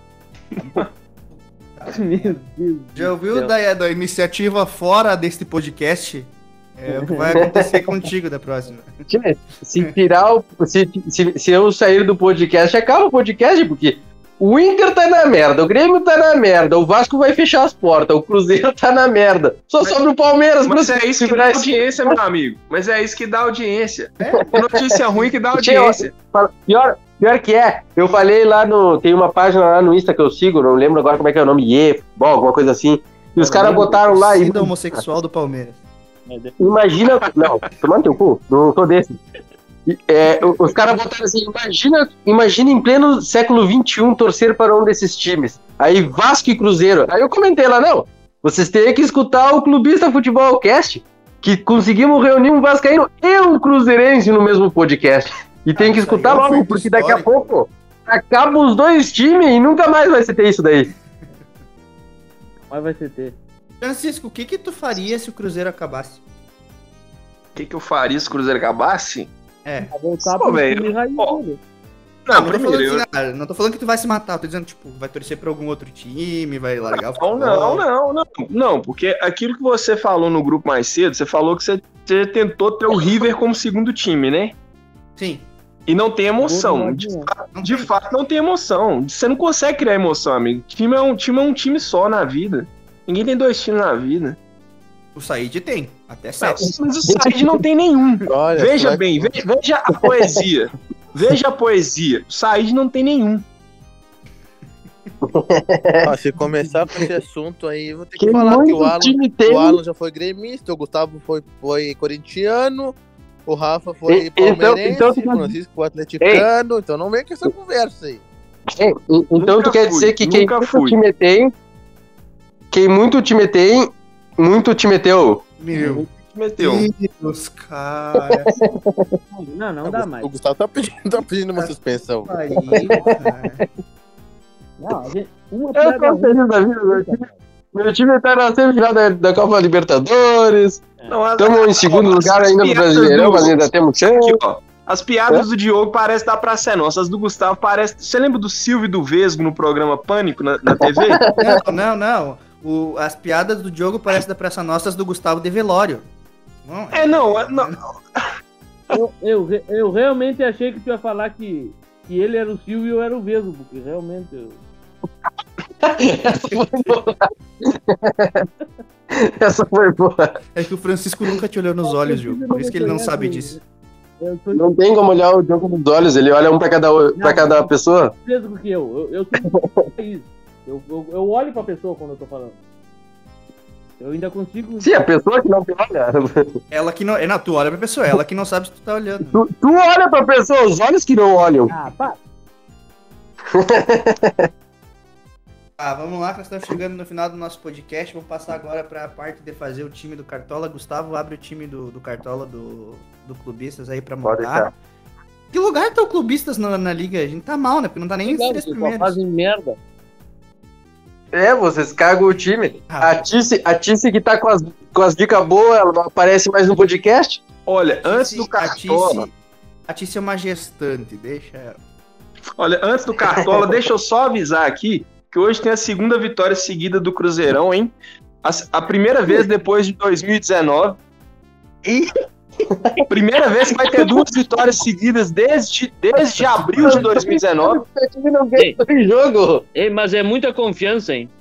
Speaker 5: Meu Deus.
Speaker 2: Já ouviu da, da iniciativa fora deste podcast? É o que vai acontecer contigo da próxima.
Speaker 3: Se tirar o, se, se, se eu sair do podcast, acaba o podcast, porque O Inter tá na merda, o Grêmio tá na merda, o Vasco vai fechar as portas, o Cruzeiro tá na merda. Só sobra o Palmeiras.
Speaker 6: Mas
Speaker 3: pra
Speaker 6: é isso que dá audiência, meu amigo. Mas é isso que dá audiência. É notícia ruim que dá audiência.
Speaker 3: Pior, pior que é, eu falei lá no... Tem uma página lá no Insta que eu sigo, não lembro agora como é que é o nome, Iê, futebol, alguma coisa assim. E os caras botaram lá...
Speaker 2: Torcida homossexual do Palmeiras.
Speaker 3: Imagina... Não, tomando teu cu, não sou desse. É, os caras botaram assim, imagina, imagina em pleno século vinte e um torcer para um desses times. Aí Vasco e Cruzeiro. Aí eu comentei lá, não, vocês têm que escutar o Clubista Futebol Cast, que conseguimos reunir um vascaíno e um cruzeirense no mesmo podcast. E tem que escutar logo, porque daqui a pouco acabam os dois times e nunca mais vai se ter isso daí.
Speaker 5: Mas vai se ter.
Speaker 2: Francisco, o que que tu faria se o Cruzeiro acabasse?
Speaker 6: O que, que eu faria se o Cruzeiro acabasse?
Speaker 2: É.
Speaker 5: Voltar
Speaker 6: Pô,
Speaker 5: pro
Speaker 6: velho,
Speaker 5: time raiz,
Speaker 6: ó,
Speaker 5: velho.
Speaker 6: Não,
Speaker 2: Não, não tô, falando
Speaker 6: primeiro,
Speaker 2: assim, ah, não tô falando que tu vai se matar, tô dizendo, tipo, vai torcer pra algum outro time, vai largar o
Speaker 6: Não,
Speaker 2: futebol.
Speaker 6: não, não, não. Não, porque aquilo que você falou no grupo mais cedo, você falou que você, você tentou ter o River como segundo time, né?
Speaker 2: Sim.
Speaker 6: E não tem emoção. De,
Speaker 2: Não
Speaker 6: de
Speaker 2: tem.
Speaker 6: fato, não tem emoção. Você não consegue criar emoção, amigo. Time é um time, é um time só na vida. Ninguém tem dois times na vida.
Speaker 2: O Said tem, até
Speaker 6: Não,
Speaker 2: sete.
Speaker 6: mas o Said não tem nenhum.
Speaker 7: Olha,
Speaker 6: Veja
Speaker 7: vai-
Speaker 6: bem, veja, veja a poesia. Veja a poesia. O Said não tem nenhum.
Speaker 7: Ó, se começar com esse assunto aí, eu vou ter que,
Speaker 3: Que
Speaker 7: falar que o
Speaker 3: muito
Speaker 7: Alan,
Speaker 3: time tem.
Speaker 7: o Alan já foi gremista, o Gustavo foi, foi corintiano, o Rafa foi
Speaker 3: E- então-
Speaker 7: palmeirense,
Speaker 3: então tu
Speaker 7: o
Speaker 3: quer-
Speaker 7: Francisco foi atleticano, então não vem com essa conversa aí.
Speaker 3: É, e- então
Speaker 6: Nunca
Speaker 3: tu quer
Speaker 6: fui,
Speaker 3: dizer que quem
Speaker 6: nunca
Speaker 3: muito
Speaker 6: fui.
Speaker 3: time tem, quem muito time tem, muito time teu.
Speaker 2: Meu
Speaker 6: Meteu.
Speaker 2: Deus, cara.
Speaker 5: Não, não dá mais.
Speaker 7: O Gustavo tá pedindo, tá pedindo uma suspensão.
Speaker 2: Pariu, cara.
Speaker 5: Não, a gente, uma
Speaker 3: Eu
Speaker 5: piada
Speaker 3: tô
Speaker 5: ruim.
Speaker 3: feliz da vida, meu time. Meu time tá na semifinal da, da Copa Libertadores.
Speaker 6: Não, as-
Speaker 3: Estamos em segundo
Speaker 6: as
Speaker 3: lugar ainda no
Speaker 6: piadas
Speaker 3: Brasileirão,
Speaker 6: do-
Speaker 3: mas ainda temos chance.
Speaker 6: Aqui, ó. As piadas do Diogo parecem da Praça é Nossa. As do Gustavo parecem. Você lembra do Silvio e do Vesgo no programa Pânico na, na T V?
Speaker 2: Não, não, não. O, as piadas do Diogo parecem da Praça Nossa, as do Gustavo de Velório. Não,
Speaker 6: É, não, é- não.
Speaker 5: Eu, eu, re- eu realmente achei que tu ia falar que, que ele era o Silvio e eu era o Vesgo, porque realmente eu...
Speaker 3: Essa foi boa. Essa foi boa.
Speaker 2: É que o Francisco nunca te olhou nos olhos, Diogo. Por isso que ele não sabe disso.
Speaker 5: Eu sou
Speaker 3: Não tem como olhar o jogo nos olhos, ele olha um pra cada, pra cada pessoa.
Speaker 5: Vesgo que eu. Eu, eu sou isso. Eu, eu, eu olho pra pessoa quando eu tô falando. Eu ainda consigo...
Speaker 3: Sim, a pessoa que não te olha.
Speaker 2: Ela que não. É, não, tu olha pra pessoa, ela que não sabe se tu tá olhando.
Speaker 3: Tu, tu olha pra pessoa, os olhos que não olham.
Speaker 5: Ah, pá.
Speaker 2: Ah, vamos lá, que nós estamos chegando no final do nosso podcast. Vamos passar agora para a parte de fazer o time do Cartola. Gustavo, abre o time do, do Cartola do, do Clubistas aí para
Speaker 3: Pode
Speaker 2: montar.
Speaker 3: deixar.
Speaker 2: Que lugar tá o Clubistas na, na liga? A gente tá mal, né? Porque não tá nem entre os três
Speaker 5: Vocês só
Speaker 2: primeiros.
Speaker 5: fazem merda.
Speaker 3: É, vocês cagam o time.
Speaker 2: Ah.
Speaker 3: A Tice, a Tice que tá com as, com as dicas boas, ela não aparece mais no podcast?
Speaker 6: Olha, antes do
Speaker 2: A
Speaker 6: Cartola.
Speaker 2: Tice, a Tice é uma gestante, deixa ela.
Speaker 6: Olha, antes do Cartola, deixa eu só avisar aqui que hoje tem a segunda vitória seguida do Cruzeirão, hein? A, a primeira vez depois de dois mil e dezenove. E primeira vez que vai ter duas vitórias seguidas desde, desde abril de dois mil e dezenove.
Speaker 3: O time não ganha em jogo.
Speaker 5: Ei, mas é muita confiança, hein?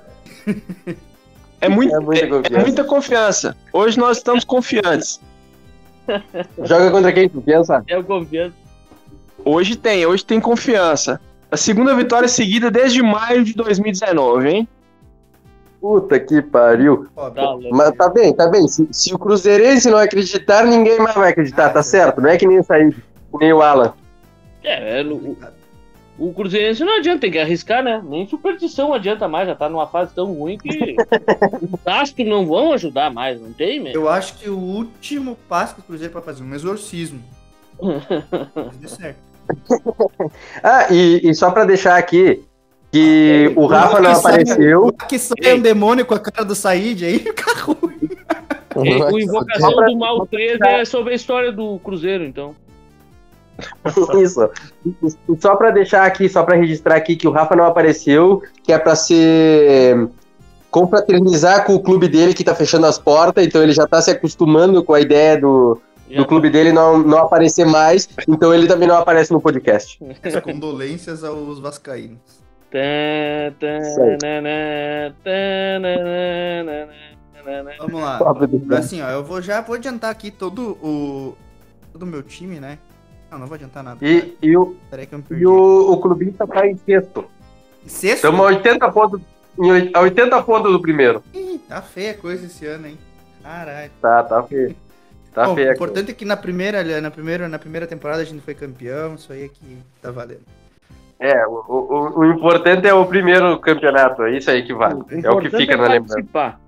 Speaker 6: É, muito,
Speaker 3: É muita
Speaker 6: é-
Speaker 3: confiança.
Speaker 6: é muita confiança. Hoje nós estamos confiantes.
Speaker 3: Joga contra quem tu pensa?
Speaker 5: É o confiança.
Speaker 6: Hoje tem, hoje tem confiança. A segunda vitória seguida desde maio de dois mil e dezenove, hein?
Speaker 3: Puta que pariu.
Speaker 2: Pobre.
Speaker 5: Tá louco.
Speaker 3: Mas tá bem, tá bem. Se, se o Cruzeirense não acreditar, ninguém mais vai acreditar, tá certo? Não é que nem o Said, nem o Alan.
Speaker 5: É, é, o, o Cruzeirense não adianta, tem que arriscar, né? Nem superstição adianta mais, já tá numa fase tão ruim que os astros não vão ajudar mais, não tem, mesmo?
Speaker 2: Eu acho que o último passo que o Cruzeiro pode fazer, um exorcismo. Mas deu certo.
Speaker 3: Ah, e, e só pra deixar aqui, que o Rafa não
Speaker 2: Que sai-
Speaker 3: apareceu.
Speaker 2: Que sai um demônio com a cara do Said aí, fica ruim.
Speaker 5: É, o Invocação do Mal três é sobre a história do Cruzeiro, então.
Speaker 3: Isso. E só pra deixar aqui, só pra registrar aqui que o Rafa não apareceu, que é pra ser confraternizar com o clube dele que tá fechando as portas, então ele já tá se acostumando com a ideia do,
Speaker 5: Já
Speaker 3: do clube dele não, não aparecer mais, então ele também não aparece no podcast.
Speaker 2: As condolências aos vascaínos.
Speaker 5: Tá, tá,
Speaker 3: Isso aí.
Speaker 5: nanã, tá, nanã, nanã, nanã.
Speaker 2: Vamos lá. Assim, ó, eu vou já vou adiantar aqui todo o todo o meu time, né? Não, não vou adiantar nada.
Speaker 3: E, e, o,
Speaker 2: Peraí que eu me perdi.
Speaker 3: e o, o clubista tá em sexto.
Speaker 2: Sexto?
Speaker 3: Estamos a oitenta pontos, em oit- a oitenta pontos do primeiro.
Speaker 2: Ih, tá feia a coisa esse ano, hein? Caralho.
Speaker 3: Tá, tá feio. Tá
Speaker 2: Bom,
Speaker 3: feio.
Speaker 2: o importante é que na primeira, na, primeira, na primeira temporada a gente foi campeão, isso aí é que tá valendo.
Speaker 3: É, o, o, o importante é o primeiro campeonato, é isso aí que vale. É o que
Speaker 5: importante
Speaker 3: fica
Speaker 5: é
Speaker 3: na lembrança.
Speaker 5: participar.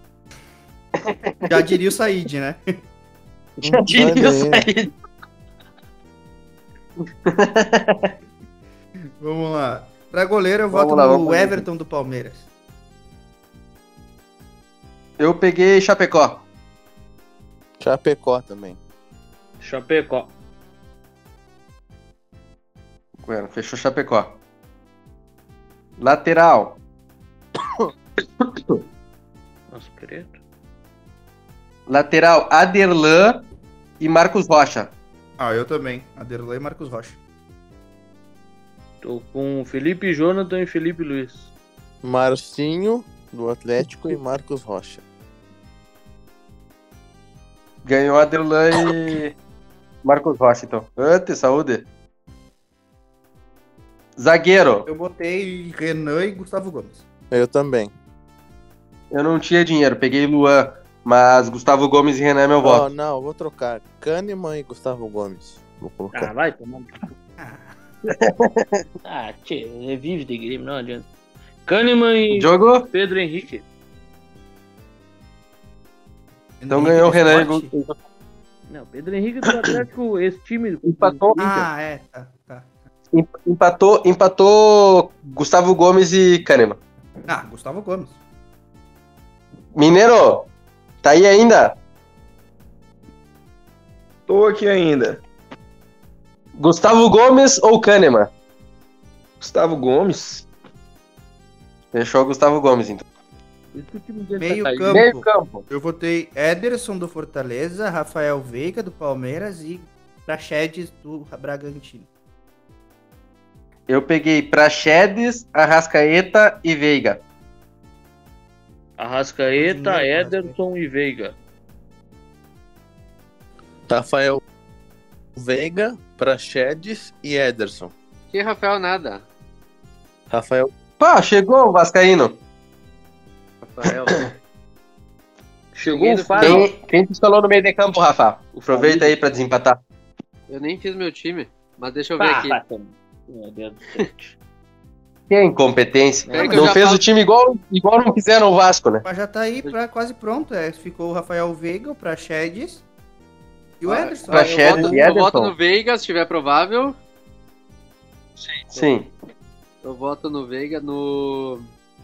Speaker 2: Já diria o Said, né?
Speaker 3: Já diria
Speaker 7: Olha
Speaker 3: isso
Speaker 7: aí.
Speaker 3: aí.
Speaker 2: Vamos lá. Pra goleiro eu
Speaker 3: Vamos
Speaker 2: voto
Speaker 3: lá,
Speaker 2: no
Speaker 3: vamos fazer
Speaker 2: Everton do Palmeiras.
Speaker 3: Eu peguei Chapecó.
Speaker 7: Chapecó também.
Speaker 5: Chapecó.
Speaker 3: Bueno, fechou Chapecó. Lateral.
Speaker 5: Nossa, preto.
Speaker 3: Lateral Aderlan e Marcos Rocha.
Speaker 2: Ah, eu também. Aderlan e Marcos Rocha.
Speaker 5: Tô com Felipe Jonathan e Felipe Luiz.
Speaker 7: Marcinho, do Atlético, e Marcos Rocha.
Speaker 3: Ganhou Aderlan e Marcos Rocha, então. Ante, saúde. Zagueiro.
Speaker 2: Eu botei Renan e Gustavo Gomes.
Speaker 7: Eu também.
Speaker 3: Eu não tinha dinheiro, peguei Luan, mas Gustavo Gomes e Renan é meu
Speaker 7: Oh,
Speaker 3: voto.
Speaker 7: não, eu vou trocar. Kahneman e Gustavo Gomes. Vou
Speaker 5: Ah,
Speaker 7: colocar.
Speaker 5: vai tomar. Ah, tchê, revive de Grêmio, não adianta. Kahneman e
Speaker 3: Jogo?
Speaker 5: Pedro Henrique.
Speaker 3: Então
Speaker 2: Henrique
Speaker 3: ganhou o
Speaker 2: do
Speaker 3: Renan e
Speaker 2: Sport?
Speaker 3: Gustavo.
Speaker 5: Não, Pedro Henrique do Atlético, esse time.
Speaker 3: Empatou,
Speaker 2: Ah, é, tá, tá.
Speaker 3: em- empatou, empatou Gustavo Gomes e Kahneman.
Speaker 2: Ah, Gustavo Gomes.
Speaker 3: Mineiro, tá aí ainda?
Speaker 6: Tô aqui ainda.
Speaker 3: Gustavo Gomes ou Kahneman?
Speaker 6: Gustavo Gomes.
Speaker 3: Fechou Gustavo Gomes, então.
Speaker 5: Esse que o time dele
Speaker 2: Meio
Speaker 5: tá caído.
Speaker 2: campo.
Speaker 3: Meio campo.
Speaker 2: Eu votei Ederson do Fortaleza, Rafael Veiga do Palmeiras e Praxedes do Bragantino.
Speaker 3: Eu peguei Praxedes, Arrascaeta e Veiga.
Speaker 5: Arrascaeta,
Speaker 2: Dinheiro,
Speaker 5: Ederson e Veiga.
Speaker 7: Rafael Veiga, Praxedes e Ederson.
Speaker 8: Que Rafael nada.
Speaker 7: Rafael.
Speaker 3: Pá, chegou o Vascaíno.
Speaker 8: Rafael.
Speaker 5: Chegou
Speaker 8: Cheguei
Speaker 5: o
Speaker 8: no
Speaker 5: Fábio.
Speaker 3: Quem, quem te escalou no meio de campo, Rafa? Aproveita aí pra desempatar.
Speaker 8: Eu nem fiz meu time, mas deixa eu ver
Speaker 5: Ah,
Speaker 8: aqui.
Speaker 5: vai tomar. Meu Deus do céu.
Speaker 3: Que incompetência.
Speaker 8: É que eu
Speaker 3: Não
Speaker 8: já
Speaker 3: fez
Speaker 8: falo-
Speaker 3: o time igual, igual não fizeram o Vasco, né?
Speaker 2: Mas já tá aí pra quase pronto. É. Ficou o Rafael Veiga, o Praxedes e o
Speaker 8: Ah,
Speaker 2: Ederson.
Speaker 3: Pra
Speaker 8: Eu
Speaker 3: Praxedes
Speaker 8: voto,
Speaker 3: e
Speaker 8: eu
Speaker 3: Ederson?
Speaker 8: voto no Veiga, se tiver provável.
Speaker 3: Sim.
Speaker 8: Eu voto no Veiga, no...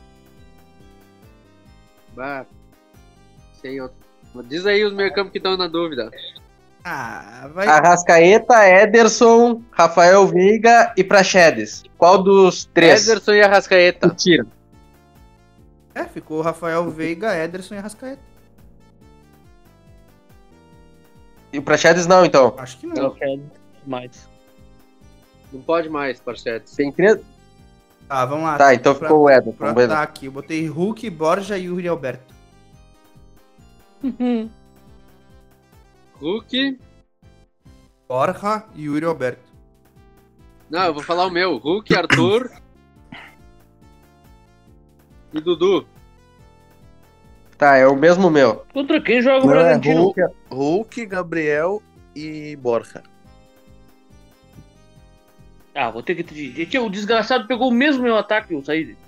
Speaker 8: Bah, sei outro. Diz aí os meio campo que estão na dúvida.
Speaker 2: Ah, vai.
Speaker 3: Arrascaeta, Ederson, Rafael Veiga e Praxedes. Qual dos três?
Speaker 8: Ederson e Arrascaeta.
Speaker 3: Tira.
Speaker 2: É, ficou o Rafael Veiga, Ederson e Arrascaeta.
Speaker 3: E o Praxedes não, então.
Speaker 2: Acho que
Speaker 5: Eu
Speaker 2: não.
Speaker 5: quero mais.
Speaker 8: Não pode mais, parcetes.
Speaker 3: Tem três?
Speaker 2: Tá, vamos lá.
Speaker 3: Tá, então
Speaker 2: Pra-
Speaker 3: ficou o Ederson.
Speaker 2: Pra
Speaker 3: beleza.
Speaker 2: ataque, eu botei Hulk, Borja e Yuri Alberto.
Speaker 8: Hulk.
Speaker 2: Borja e Yuri Alberto.
Speaker 8: Não, eu vou falar o meu. Hulk, Arthur. E Dudu.
Speaker 3: Tá, é o mesmo meu.
Speaker 5: Contra quem joga o
Speaker 7: Não, é
Speaker 5: Bragantino?
Speaker 7: Hulk, Hulk, Gabriel e Borja.
Speaker 5: Ah, vou ter que te dizer. O desgraçado pegou o mesmo meu ataque, eu saí.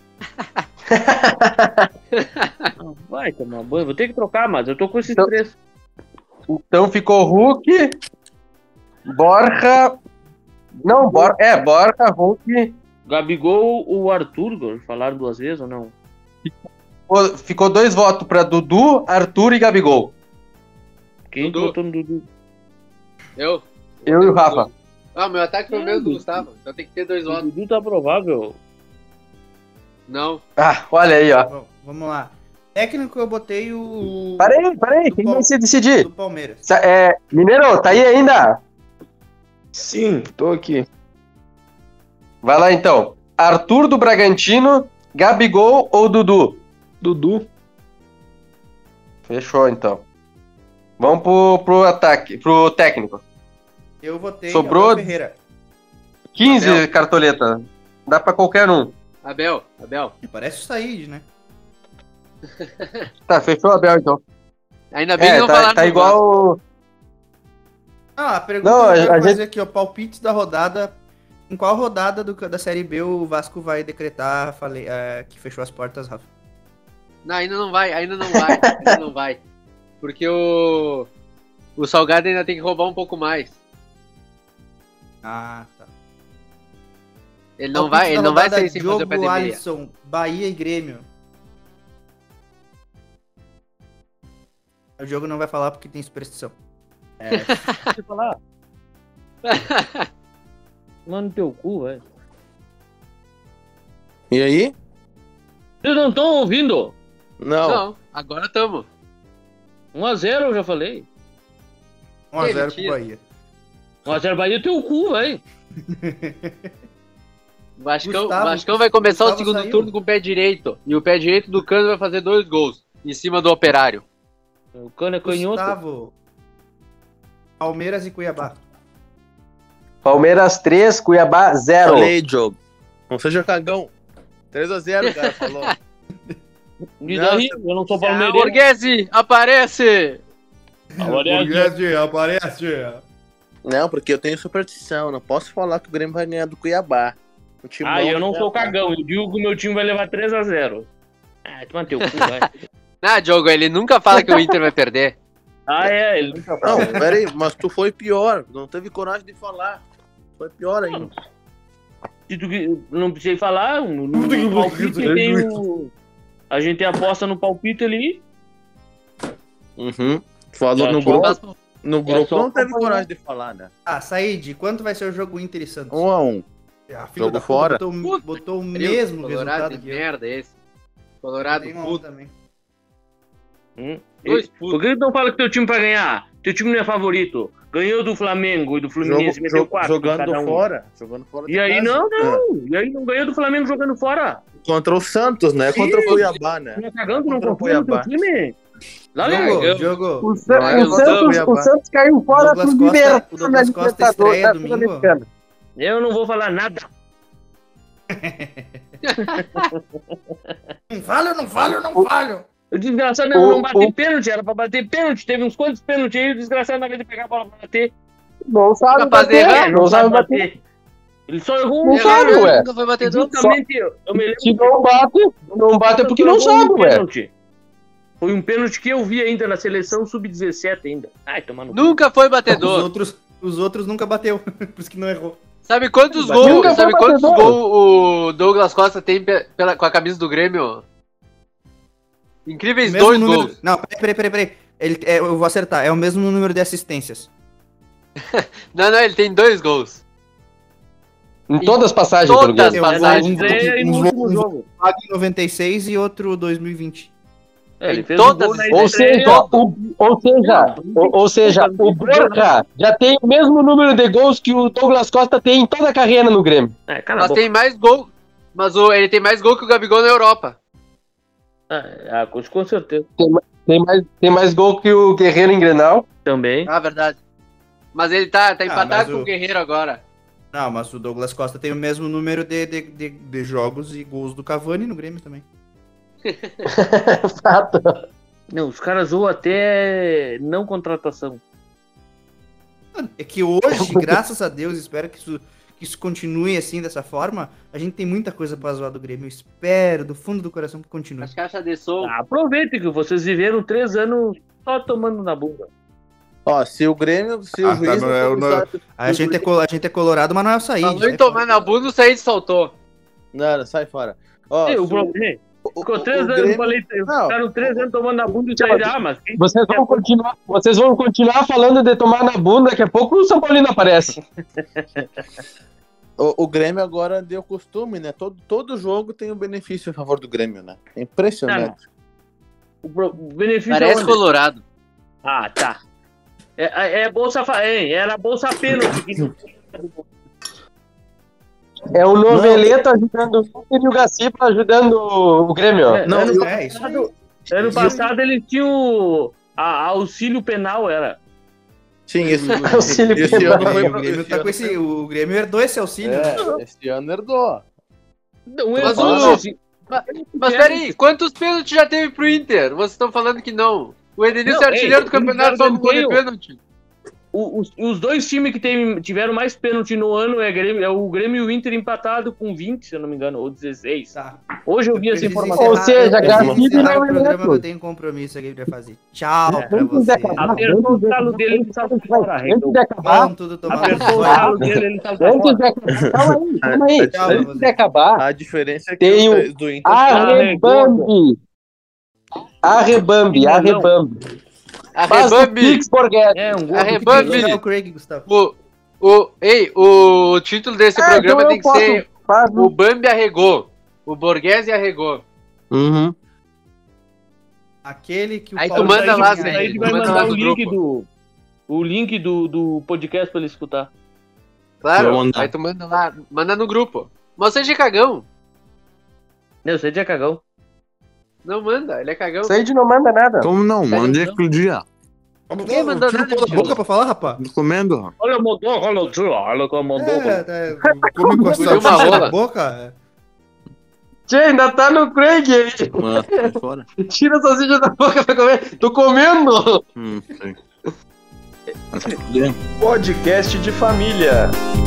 Speaker 5: Ah, vai tomar banho, vou ter que trocar, mas eu tô com esses
Speaker 3: Então-
Speaker 5: três.
Speaker 3: Então ficou Hulk, Borja. Não, Bor... é, Borja, Hulk.
Speaker 5: Gabigol, o Arthur, falaram duas vezes ou não?
Speaker 3: Ficou- Ficou dois votos pra Dudu, Arthur e Gabigol.
Speaker 5: Quem
Speaker 8: Dudu.
Speaker 5: botou no Dudu?
Speaker 8: Eu.
Speaker 3: Eu e o Rafa.
Speaker 8: Ah, meu ataque foi o mesmo do Gustavo. Então tem que ter dois
Speaker 5: O
Speaker 8: votos.
Speaker 5: Dudu tá provável.
Speaker 8: Não.
Speaker 3: Ah, olha aí, ó.
Speaker 2: Bom, vamos lá. Técnico eu botei o.
Speaker 3: Parei, parei,
Speaker 2: Do
Speaker 3: quem
Speaker 2: Pal-
Speaker 3: vai se decidir?
Speaker 2: Do Palmeiras.
Speaker 3: Sa- É, Mineiro, tá aí ainda?
Speaker 6: Sim, tô aqui.
Speaker 3: Vai lá então. Arthur do Bragantino, Gabigol ou Dudu?
Speaker 6: Dudu.
Speaker 3: Fechou então. Vamos pro, pro ataque, pro técnico.
Speaker 2: Eu votei
Speaker 3: Sobrou-
Speaker 2: Abel Ferreira.
Speaker 3: quinze
Speaker 8: Abel.
Speaker 3: cartoleta. Dá pra qualquer um.
Speaker 8: Abel, Abel.
Speaker 2: Parece o Said, né?
Speaker 3: Tá, fechou, Abel então.
Speaker 8: Ainda bem que
Speaker 3: É,
Speaker 8: não
Speaker 3: tá,
Speaker 8: falaram
Speaker 3: tá
Speaker 8: do Vasco.
Speaker 3: igual.
Speaker 2: Ah, a pergunta
Speaker 3: Não,
Speaker 2: que eu
Speaker 3: a-
Speaker 2: quero
Speaker 3: a
Speaker 2: fazer aqui, ó, palpites da rodada. Em qual rodada do, da Série B o Vasco vai decretar falei, é, que fechou as portas, Rafa?
Speaker 8: Não, ainda não vai, ainda não vai, ainda não vai. Porque o. O Salgado ainda tem que roubar um pouco mais.
Speaker 2: Ah, tá.
Speaker 8: Ele não
Speaker 2: Palpites
Speaker 8: vai,
Speaker 2: da
Speaker 8: ele não vai
Speaker 2: rodada,
Speaker 8: sair sem fazer o
Speaker 2: Diogo
Speaker 8: pé de meia.
Speaker 2: Alisson, Bahia e Grêmio. O jogo não vai falar porque tem superstição. É,
Speaker 5: Deixa eu falar. Mano, teu cu, velho.
Speaker 7: E aí?
Speaker 5: Vocês não estão ouvindo?
Speaker 7: Não.
Speaker 8: Não, agora tamo.
Speaker 5: um a zero eu já falei.
Speaker 2: um a zero pro
Speaker 8: mentira.
Speaker 2: Bahia.
Speaker 5: um a zero Bahia teu cu, velho.
Speaker 8: O Vascão,
Speaker 2: Gustavo-
Speaker 8: Vascão vai começar
Speaker 2: Gustavo
Speaker 8: o segundo
Speaker 2: saiu.
Speaker 8: turno com o pé direito. E o pé direito do Cano vai fazer dois gols. Em cima do Operário.
Speaker 5: O cano é canhoto.
Speaker 2: Gustavo. Palmeiras e Cuiabá.
Speaker 3: Palmeiras três, Cuiabá zero.
Speaker 7: Falei, Diogo. Não seja cagão. três a zero, cara, falou.
Speaker 5: E daí? Eu não sou palmeirense.
Speaker 8: Borghese, aparece!
Speaker 2: Borghese, aparece.
Speaker 7: Não, porque eu tenho superstição. Não posso falar que o Grêmio vai ganhar do Cuiabá. O timão
Speaker 5: Ah, eu não
Speaker 7: vai
Speaker 5: sou
Speaker 7: ganhar.
Speaker 5: cagão. Eu digo que o meu time vai levar três a zero. Ah, toma teu cu, vai.
Speaker 8: Ah, Diogo, ele nunca fala que o Inter vai perder.
Speaker 5: Ah, é, ele nunca fala.
Speaker 7: Não, peraí, mas tu foi pior. Não teve coragem de falar. Foi pior ainda.
Speaker 5: Se tu que- não precisei falar, no, no, no palpite tem o... A gente tem aposta no palpite ali.
Speaker 7: Uhum. Falou
Speaker 5: É,
Speaker 7: no
Speaker 5: só-
Speaker 7: grupo. No grupo
Speaker 5: só
Speaker 7: não teve
Speaker 5: acompanhar.
Speaker 7: coragem de falar, né?
Speaker 2: Ah, Said, quanto vai ser o jogo Inter e Santos?
Speaker 7: Um a um.
Speaker 2: Ah, filho
Speaker 7: Jogo
Speaker 2: da puta,
Speaker 7: fora.
Speaker 2: Botou,
Speaker 8: Puta
Speaker 2: botou o
Speaker 8: Frio,
Speaker 2: mesmo
Speaker 8: Colorado
Speaker 2: resultado
Speaker 8: de
Speaker 2: que eu.
Speaker 8: merda esse. Colorado
Speaker 2: Tem um
Speaker 8: puto.
Speaker 2: também.
Speaker 5: Hum.
Speaker 8: Dois
Speaker 5: E-
Speaker 8: putos.
Speaker 5: Por que tu não fala que teu time vai ganhar? Teu time não é favorito. Ganhou do Flamengo e do Fluminense,
Speaker 7: Jogo,
Speaker 5: meteu
Speaker 7: jogo-
Speaker 5: quatro
Speaker 7: jogando
Speaker 5: cada um.
Speaker 7: fora. Jogando fora de
Speaker 5: E aí
Speaker 7: casa.
Speaker 5: não,
Speaker 7: É.
Speaker 5: não. E aí não ganhou do Flamengo jogando fora.
Speaker 7: Contra o Santos, né? Contra o Cuiabá, né?
Speaker 5: Não é cagando, não
Speaker 7: Contra o
Speaker 5: confia no teu
Speaker 7: Cuiabá.
Speaker 5: time. Lá
Speaker 2: Jogo,
Speaker 5: eu-
Speaker 2: jogo.
Speaker 3: O, Sa-
Speaker 7: Não,
Speaker 3: o
Speaker 7: eu
Speaker 3: Santos,
Speaker 7: Cuiabá.
Speaker 3: o Santos caiu fora
Speaker 2: Douglas
Speaker 3: pro
Speaker 2: Costa-
Speaker 3: Libertadores.
Speaker 2: o Douglas Costa estreia domingo.
Speaker 3: Sul-Americana.
Speaker 5: Eu não vou falar nada.
Speaker 2: Não falho, não falho, não falho.
Speaker 5: O desgraçado não,
Speaker 3: O-
Speaker 5: não bateu
Speaker 3: o-
Speaker 5: pênalti, era pra bater pênalti. Teve uns quantos pênaltis aí, o desgraçado na vez de pegar a bola pra bater.
Speaker 3: Não sabe
Speaker 8: Capaz de
Speaker 3: bater,
Speaker 8: errar,
Speaker 3: não sabe bater.
Speaker 5: Ele só errou
Speaker 3: Não
Speaker 5: um
Speaker 3: sabe,
Speaker 5: cara.
Speaker 3: ué.
Speaker 8: Nunca foi batedor.
Speaker 5: Justamente, eu eu me lembro
Speaker 3: Se não bate, não bate é porque não
Speaker 5: Foi um
Speaker 3: sabe, ué.
Speaker 5: pênalti. Foi um pênalti que eu vi ainda na seleção sub dezessete ainda. Ai, tomando.
Speaker 8: Nunca foi
Speaker 2: Os
Speaker 8: batedor.
Speaker 2: outros, os outros nunca bateu, por isso que não errou.
Speaker 8: Sabe quantos
Speaker 3: Nunca
Speaker 8: gols,
Speaker 3: foi
Speaker 8: sabe quantos
Speaker 3: batedor.
Speaker 8: gols o Douglas Costa tem pe- pela, com a camisa do Grêmio? Incríveis
Speaker 2: Mesmo
Speaker 8: dois
Speaker 2: número-
Speaker 8: gols.
Speaker 2: Não, peraí, peraí, peraí. peraí. Ele, é, eu vou acertar, é o mesmo número de assistências.
Speaker 8: Não, não, ele tem dois gols.
Speaker 3: Em todas as passagens,
Speaker 8: Todas
Speaker 3: pelo menos.
Speaker 2: Eu
Speaker 8: passagens.
Speaker 2: vou-
Speaker 5: Um Zé aí no
Speaker 2: um-
Speaker 5: último
Speaker 2: um-
Speaker 5: jogo.
Speaker 2: Pago em noventa e seis e outro dois mil e vinte.
Speaker 5: É, ele
Speaker 8: Em
Speaker 5: fez
Speaker 8: todas
Speaker 5: um gol na
Speaker 8: as-
Speaker 3: Ou
Speaker 5: estreia.
Speaker 3: seja, o, ou seja, ou, ou seja, o Borja já tem o mesmo número de gols que o Douglas Costa tem em toda a carreira no Grêmio.
Speaker 5: É, cala a
Speaker 8: Mas
Speaker 5: boca.
Speaker 8: tem mais gol. Mas o, ele tem mais gol que o Gabigol na Europa.
Speaker 5: Ah, com com certeza.
Speaker 3: Tem mais, tem mais gol que o Guerreiro em Grenal.
Speaker 5: Também.
Speaker 8: Ah, verdade. Mas ele tá, tá
Speaker 2: Ah,
Speaker 8: empatado
Speaker 2: mas
Speaker 8: com
Speaker 2: o-
Speaker 8: o Guerreiro agora.
Speaker 2: Não, mas o Douglas Costa tem o mesmo número de, de, de, de jogos e gols do Cavani no Grêmio também.
Speaker 3: Fato.
Speaker 5: Não, os caras zoam até não contratação.
Speaker 2: É que hoje, graças a Deus, espero que isso, que isso continue assim, dessa forma, a gente tem muita coisa pra zoar do Grêmio. Eu espero, do fundo do coração, que continue.
Speaker 8: As caixas de som.
Speaker 5: Ah, aproveitem que vocês viveram três anos só tomando na bunda.
Speaker 7: Ó, se o Grêmio, se
Speaker 2: Ah,
Speaker 7: o
Speaker 2: tá,
Speaker 7: juiz
Speaker 2: não é o-
Speaker 7: não autorizar-
Speaker 2: A gente é, col- a gente é colorado, mas não é o Said.
Speaker 8: Falou
Speaker 2: sai
Speaker 8: em tomar
Speaker 2: fora.
Speaker 8: na bunda, o Said soltou.
Speaker 7: Não, não, sai fora. Ó,
Speaker 5: Ei, o
Speaker 7: se
Speaker 5: problema.
Speaker 7: o-
Speaker 5: Ficou
Speaker 7: o-
Speaker 5: três
Speaker 7: o
Speaker 5: anos,
Speaker 7: Grêmio-
Speaker 5: eu falei,
Speaker 7: Não.
Speaker 5: ficaram três anos tomando na bunda e saíram. Ah, mas quem
Speaker 3: Vocês vão, continuar, vocês vão continuar falando de tomar na bunda, daqui a pouco o São Paulino aparece.
Speaker 7: O, o Grêmio agora deu costume, né? Todo, todo jogo tem um benefício a favor do Grêmio, né? É impressionante.
Speaker 5: O, pro- o benefício
Speaker 8: Parece
Speaker 5: é onde?
Speaker 8: Colorado.
Speaker 5: Ah, tá. É, é, é bolsa... fa- É, era bolsa pênalti. que-
Speaker 3: É o Noveleto ajudando o Inter e o Gacipa ajudando o Grêmio.
Speaker 5: É,
Speaker 7: Não,
Speaker 5: ano
Speaker 7: eu-
Speaker 2: É, isso aí.
Speaker 5: passado, ano passado eles tinham a, auxílio penal, era.
Speaker 7: Sim, esse,
Speaker 3: Auxílio
Speaker 7: esse
Speaker 3: penal.
Speaker 7: ano foi
Speaker 2: O
Speaker 7: pra-
Speaker 2: Grêmio
Speaker 7: esse
Speaker 2: tá com
Speaker 7: ano
Speaker 2: esse. O Grêmio herdou esse auxílio. né?
Speaker 7: É, esse ano herdou.
Speaker 5: Não,
Speaker 8: Mas
Speaker 5: eu-
Speaker 8: o-
Speaker 5: assim,
Speaker 8: Mas peraí, quantos pênaltis já teve pro Inter? Vocês estão falando que não. O Edenilson
Speaker 5: Não,
Speaker 8: é artilheiro
Speaker 5: ei,
Speaker 8: do campeonato
Speaker 5: eles
Speaker 8: só com gol de
Speaker 5: desempenham.
Speaker 8: pênalti.
Speaker 5: o- os, os dois times que tem- tiveram mais pênalti no ano é, Grêmio- é o Grêmio e o Inter empatado com vinte, se eu não me engano, ou dezesseis.
Speaker 2: Tá.
Speaker 5: Hoje eu vi essa
Speaker 2: Preciso
Speaker 5: informação.
Speaker 3: Ou
Speaker 2: encerrar-
Speaker 3: seja,
Speaker 2: eu preciso
Speaker 3: Gacipa
Speaker 2: encerrar
Speaker 3: não
Speaker 2: o
Speaker 3: é
Speaker 2: programa,
Speaker 3: elenco.
Speaker 2: eu tenho um compromisso aqui pra fazer. Tchau
Speaker 5: É.
Speaker 2: pra
Speaker 3: Antes de
Speaker 2: você.
Speaker 3: acabar,
Speaker 5: Apertou
Speaker 3: antes de
Speaker 5: o calo
Speaker 3: acabar,
Speaker 5: dele, ele salta fora.
Speaker 3: antes de acabar,
Speaker 2: Vamos tudo tomar
Speaker 5: Apertou o
Speaker 2: banho.
Speaker 5: calo dele, ele salta
Speaker 3: antes
Speaker 5: fora.
Speaker 3: de acabar, calma aí, calma aí.
Speaker 2: Tchau pra
Speaker 3: Antes de
Speaker 2: você.
Speaker 3: acabar,
Speaker 7: A diferença é que
Speaker 3: Tem
Speaker 7: o
Speaker 3: o-
Speaker 7: do Inter
Speaker 3: arrebambe. Arrebambe,
Speaker 5: Não,
Speaker 3: arrebambe. Faz o
Speaker 8: Arrebambe!
Speaker 3: Pix, Borghetti.
Speaker 5: É, um gol
Speaker 8: Arrebambe.
Speaker 5: do
Speaker 2: Tchau, o Craig, Gustavo.
Speaker 8: O, o, ei, o título desse
Speaker 3: Ah,
Speaker 8: programa
Speaker 3: então
Speaker 8: tem
Speaker 3: eu
Speaker 8: que
Speaker 3: posso.
Speaker 8: ser
Speaker 3: Faz
Speaker 8: O
Speaker 3: o...
Speaker 8: Bambi arregou. O Borghese arregou.
Speaker 3: Uhum.
Speaker 2: Aquele que o
Speaker 8: Aí tu
Speaker 2: Paulo
Speaker 8: manda
Speaker 2: Sérgio
Speaker 8: lá,
Speaker 2: ganha
Speaker 8: Zé,
Speaker 5: Aí
Speaker 2: ele.
Speaker 5: ele vai
Speaker 8: Manda
Speaker 5: mandar
Speaker 8: lá
Speaker 5: o
Speaker 8: no
Speaker 5: link
Speaker 8: grupo.
Speaker 5: do. O link do, do podcast pra ele escutar.
Speaker 8: Claro,
Speaker 6: Vou mandar.
Speaker 8: aí tu manda lá. Manda no grupo. Mas seja cagão.
Speaker 5: Não, eu sei de é cagão.
Speaker 8: Não manda, ele é cagão.
Speaker 3: Said não manda nada.
Speaker 6: Como não? Mande aquele dia.
Speaker 8: Ninguém mandou
Speaker 2: Tira
Speaker 8: nada,
Speaker 2: o pão da
Speaker 8: tio.
Speaker 2: boca pra falar, rapaz.
Speaker 6: Comendo.
Speaker 5: Olha, mandou, olha o tio, olha como mandou.
Speaker 2: É, tá, come com a
Speaker 8: Deu uma
Speaker 2: salsicha
Speaker 8: rola.
Speaker 2: na boca.
Speaker 3: Tchê, ainda tá no Craig aí.
Speaker 6: Ah, sai fora.
Speaker 3: Tira a salsicha da boca pra comer. Tô comendo.
Speaker 6: Hum, sei.
Speaker 1: Podcast de família.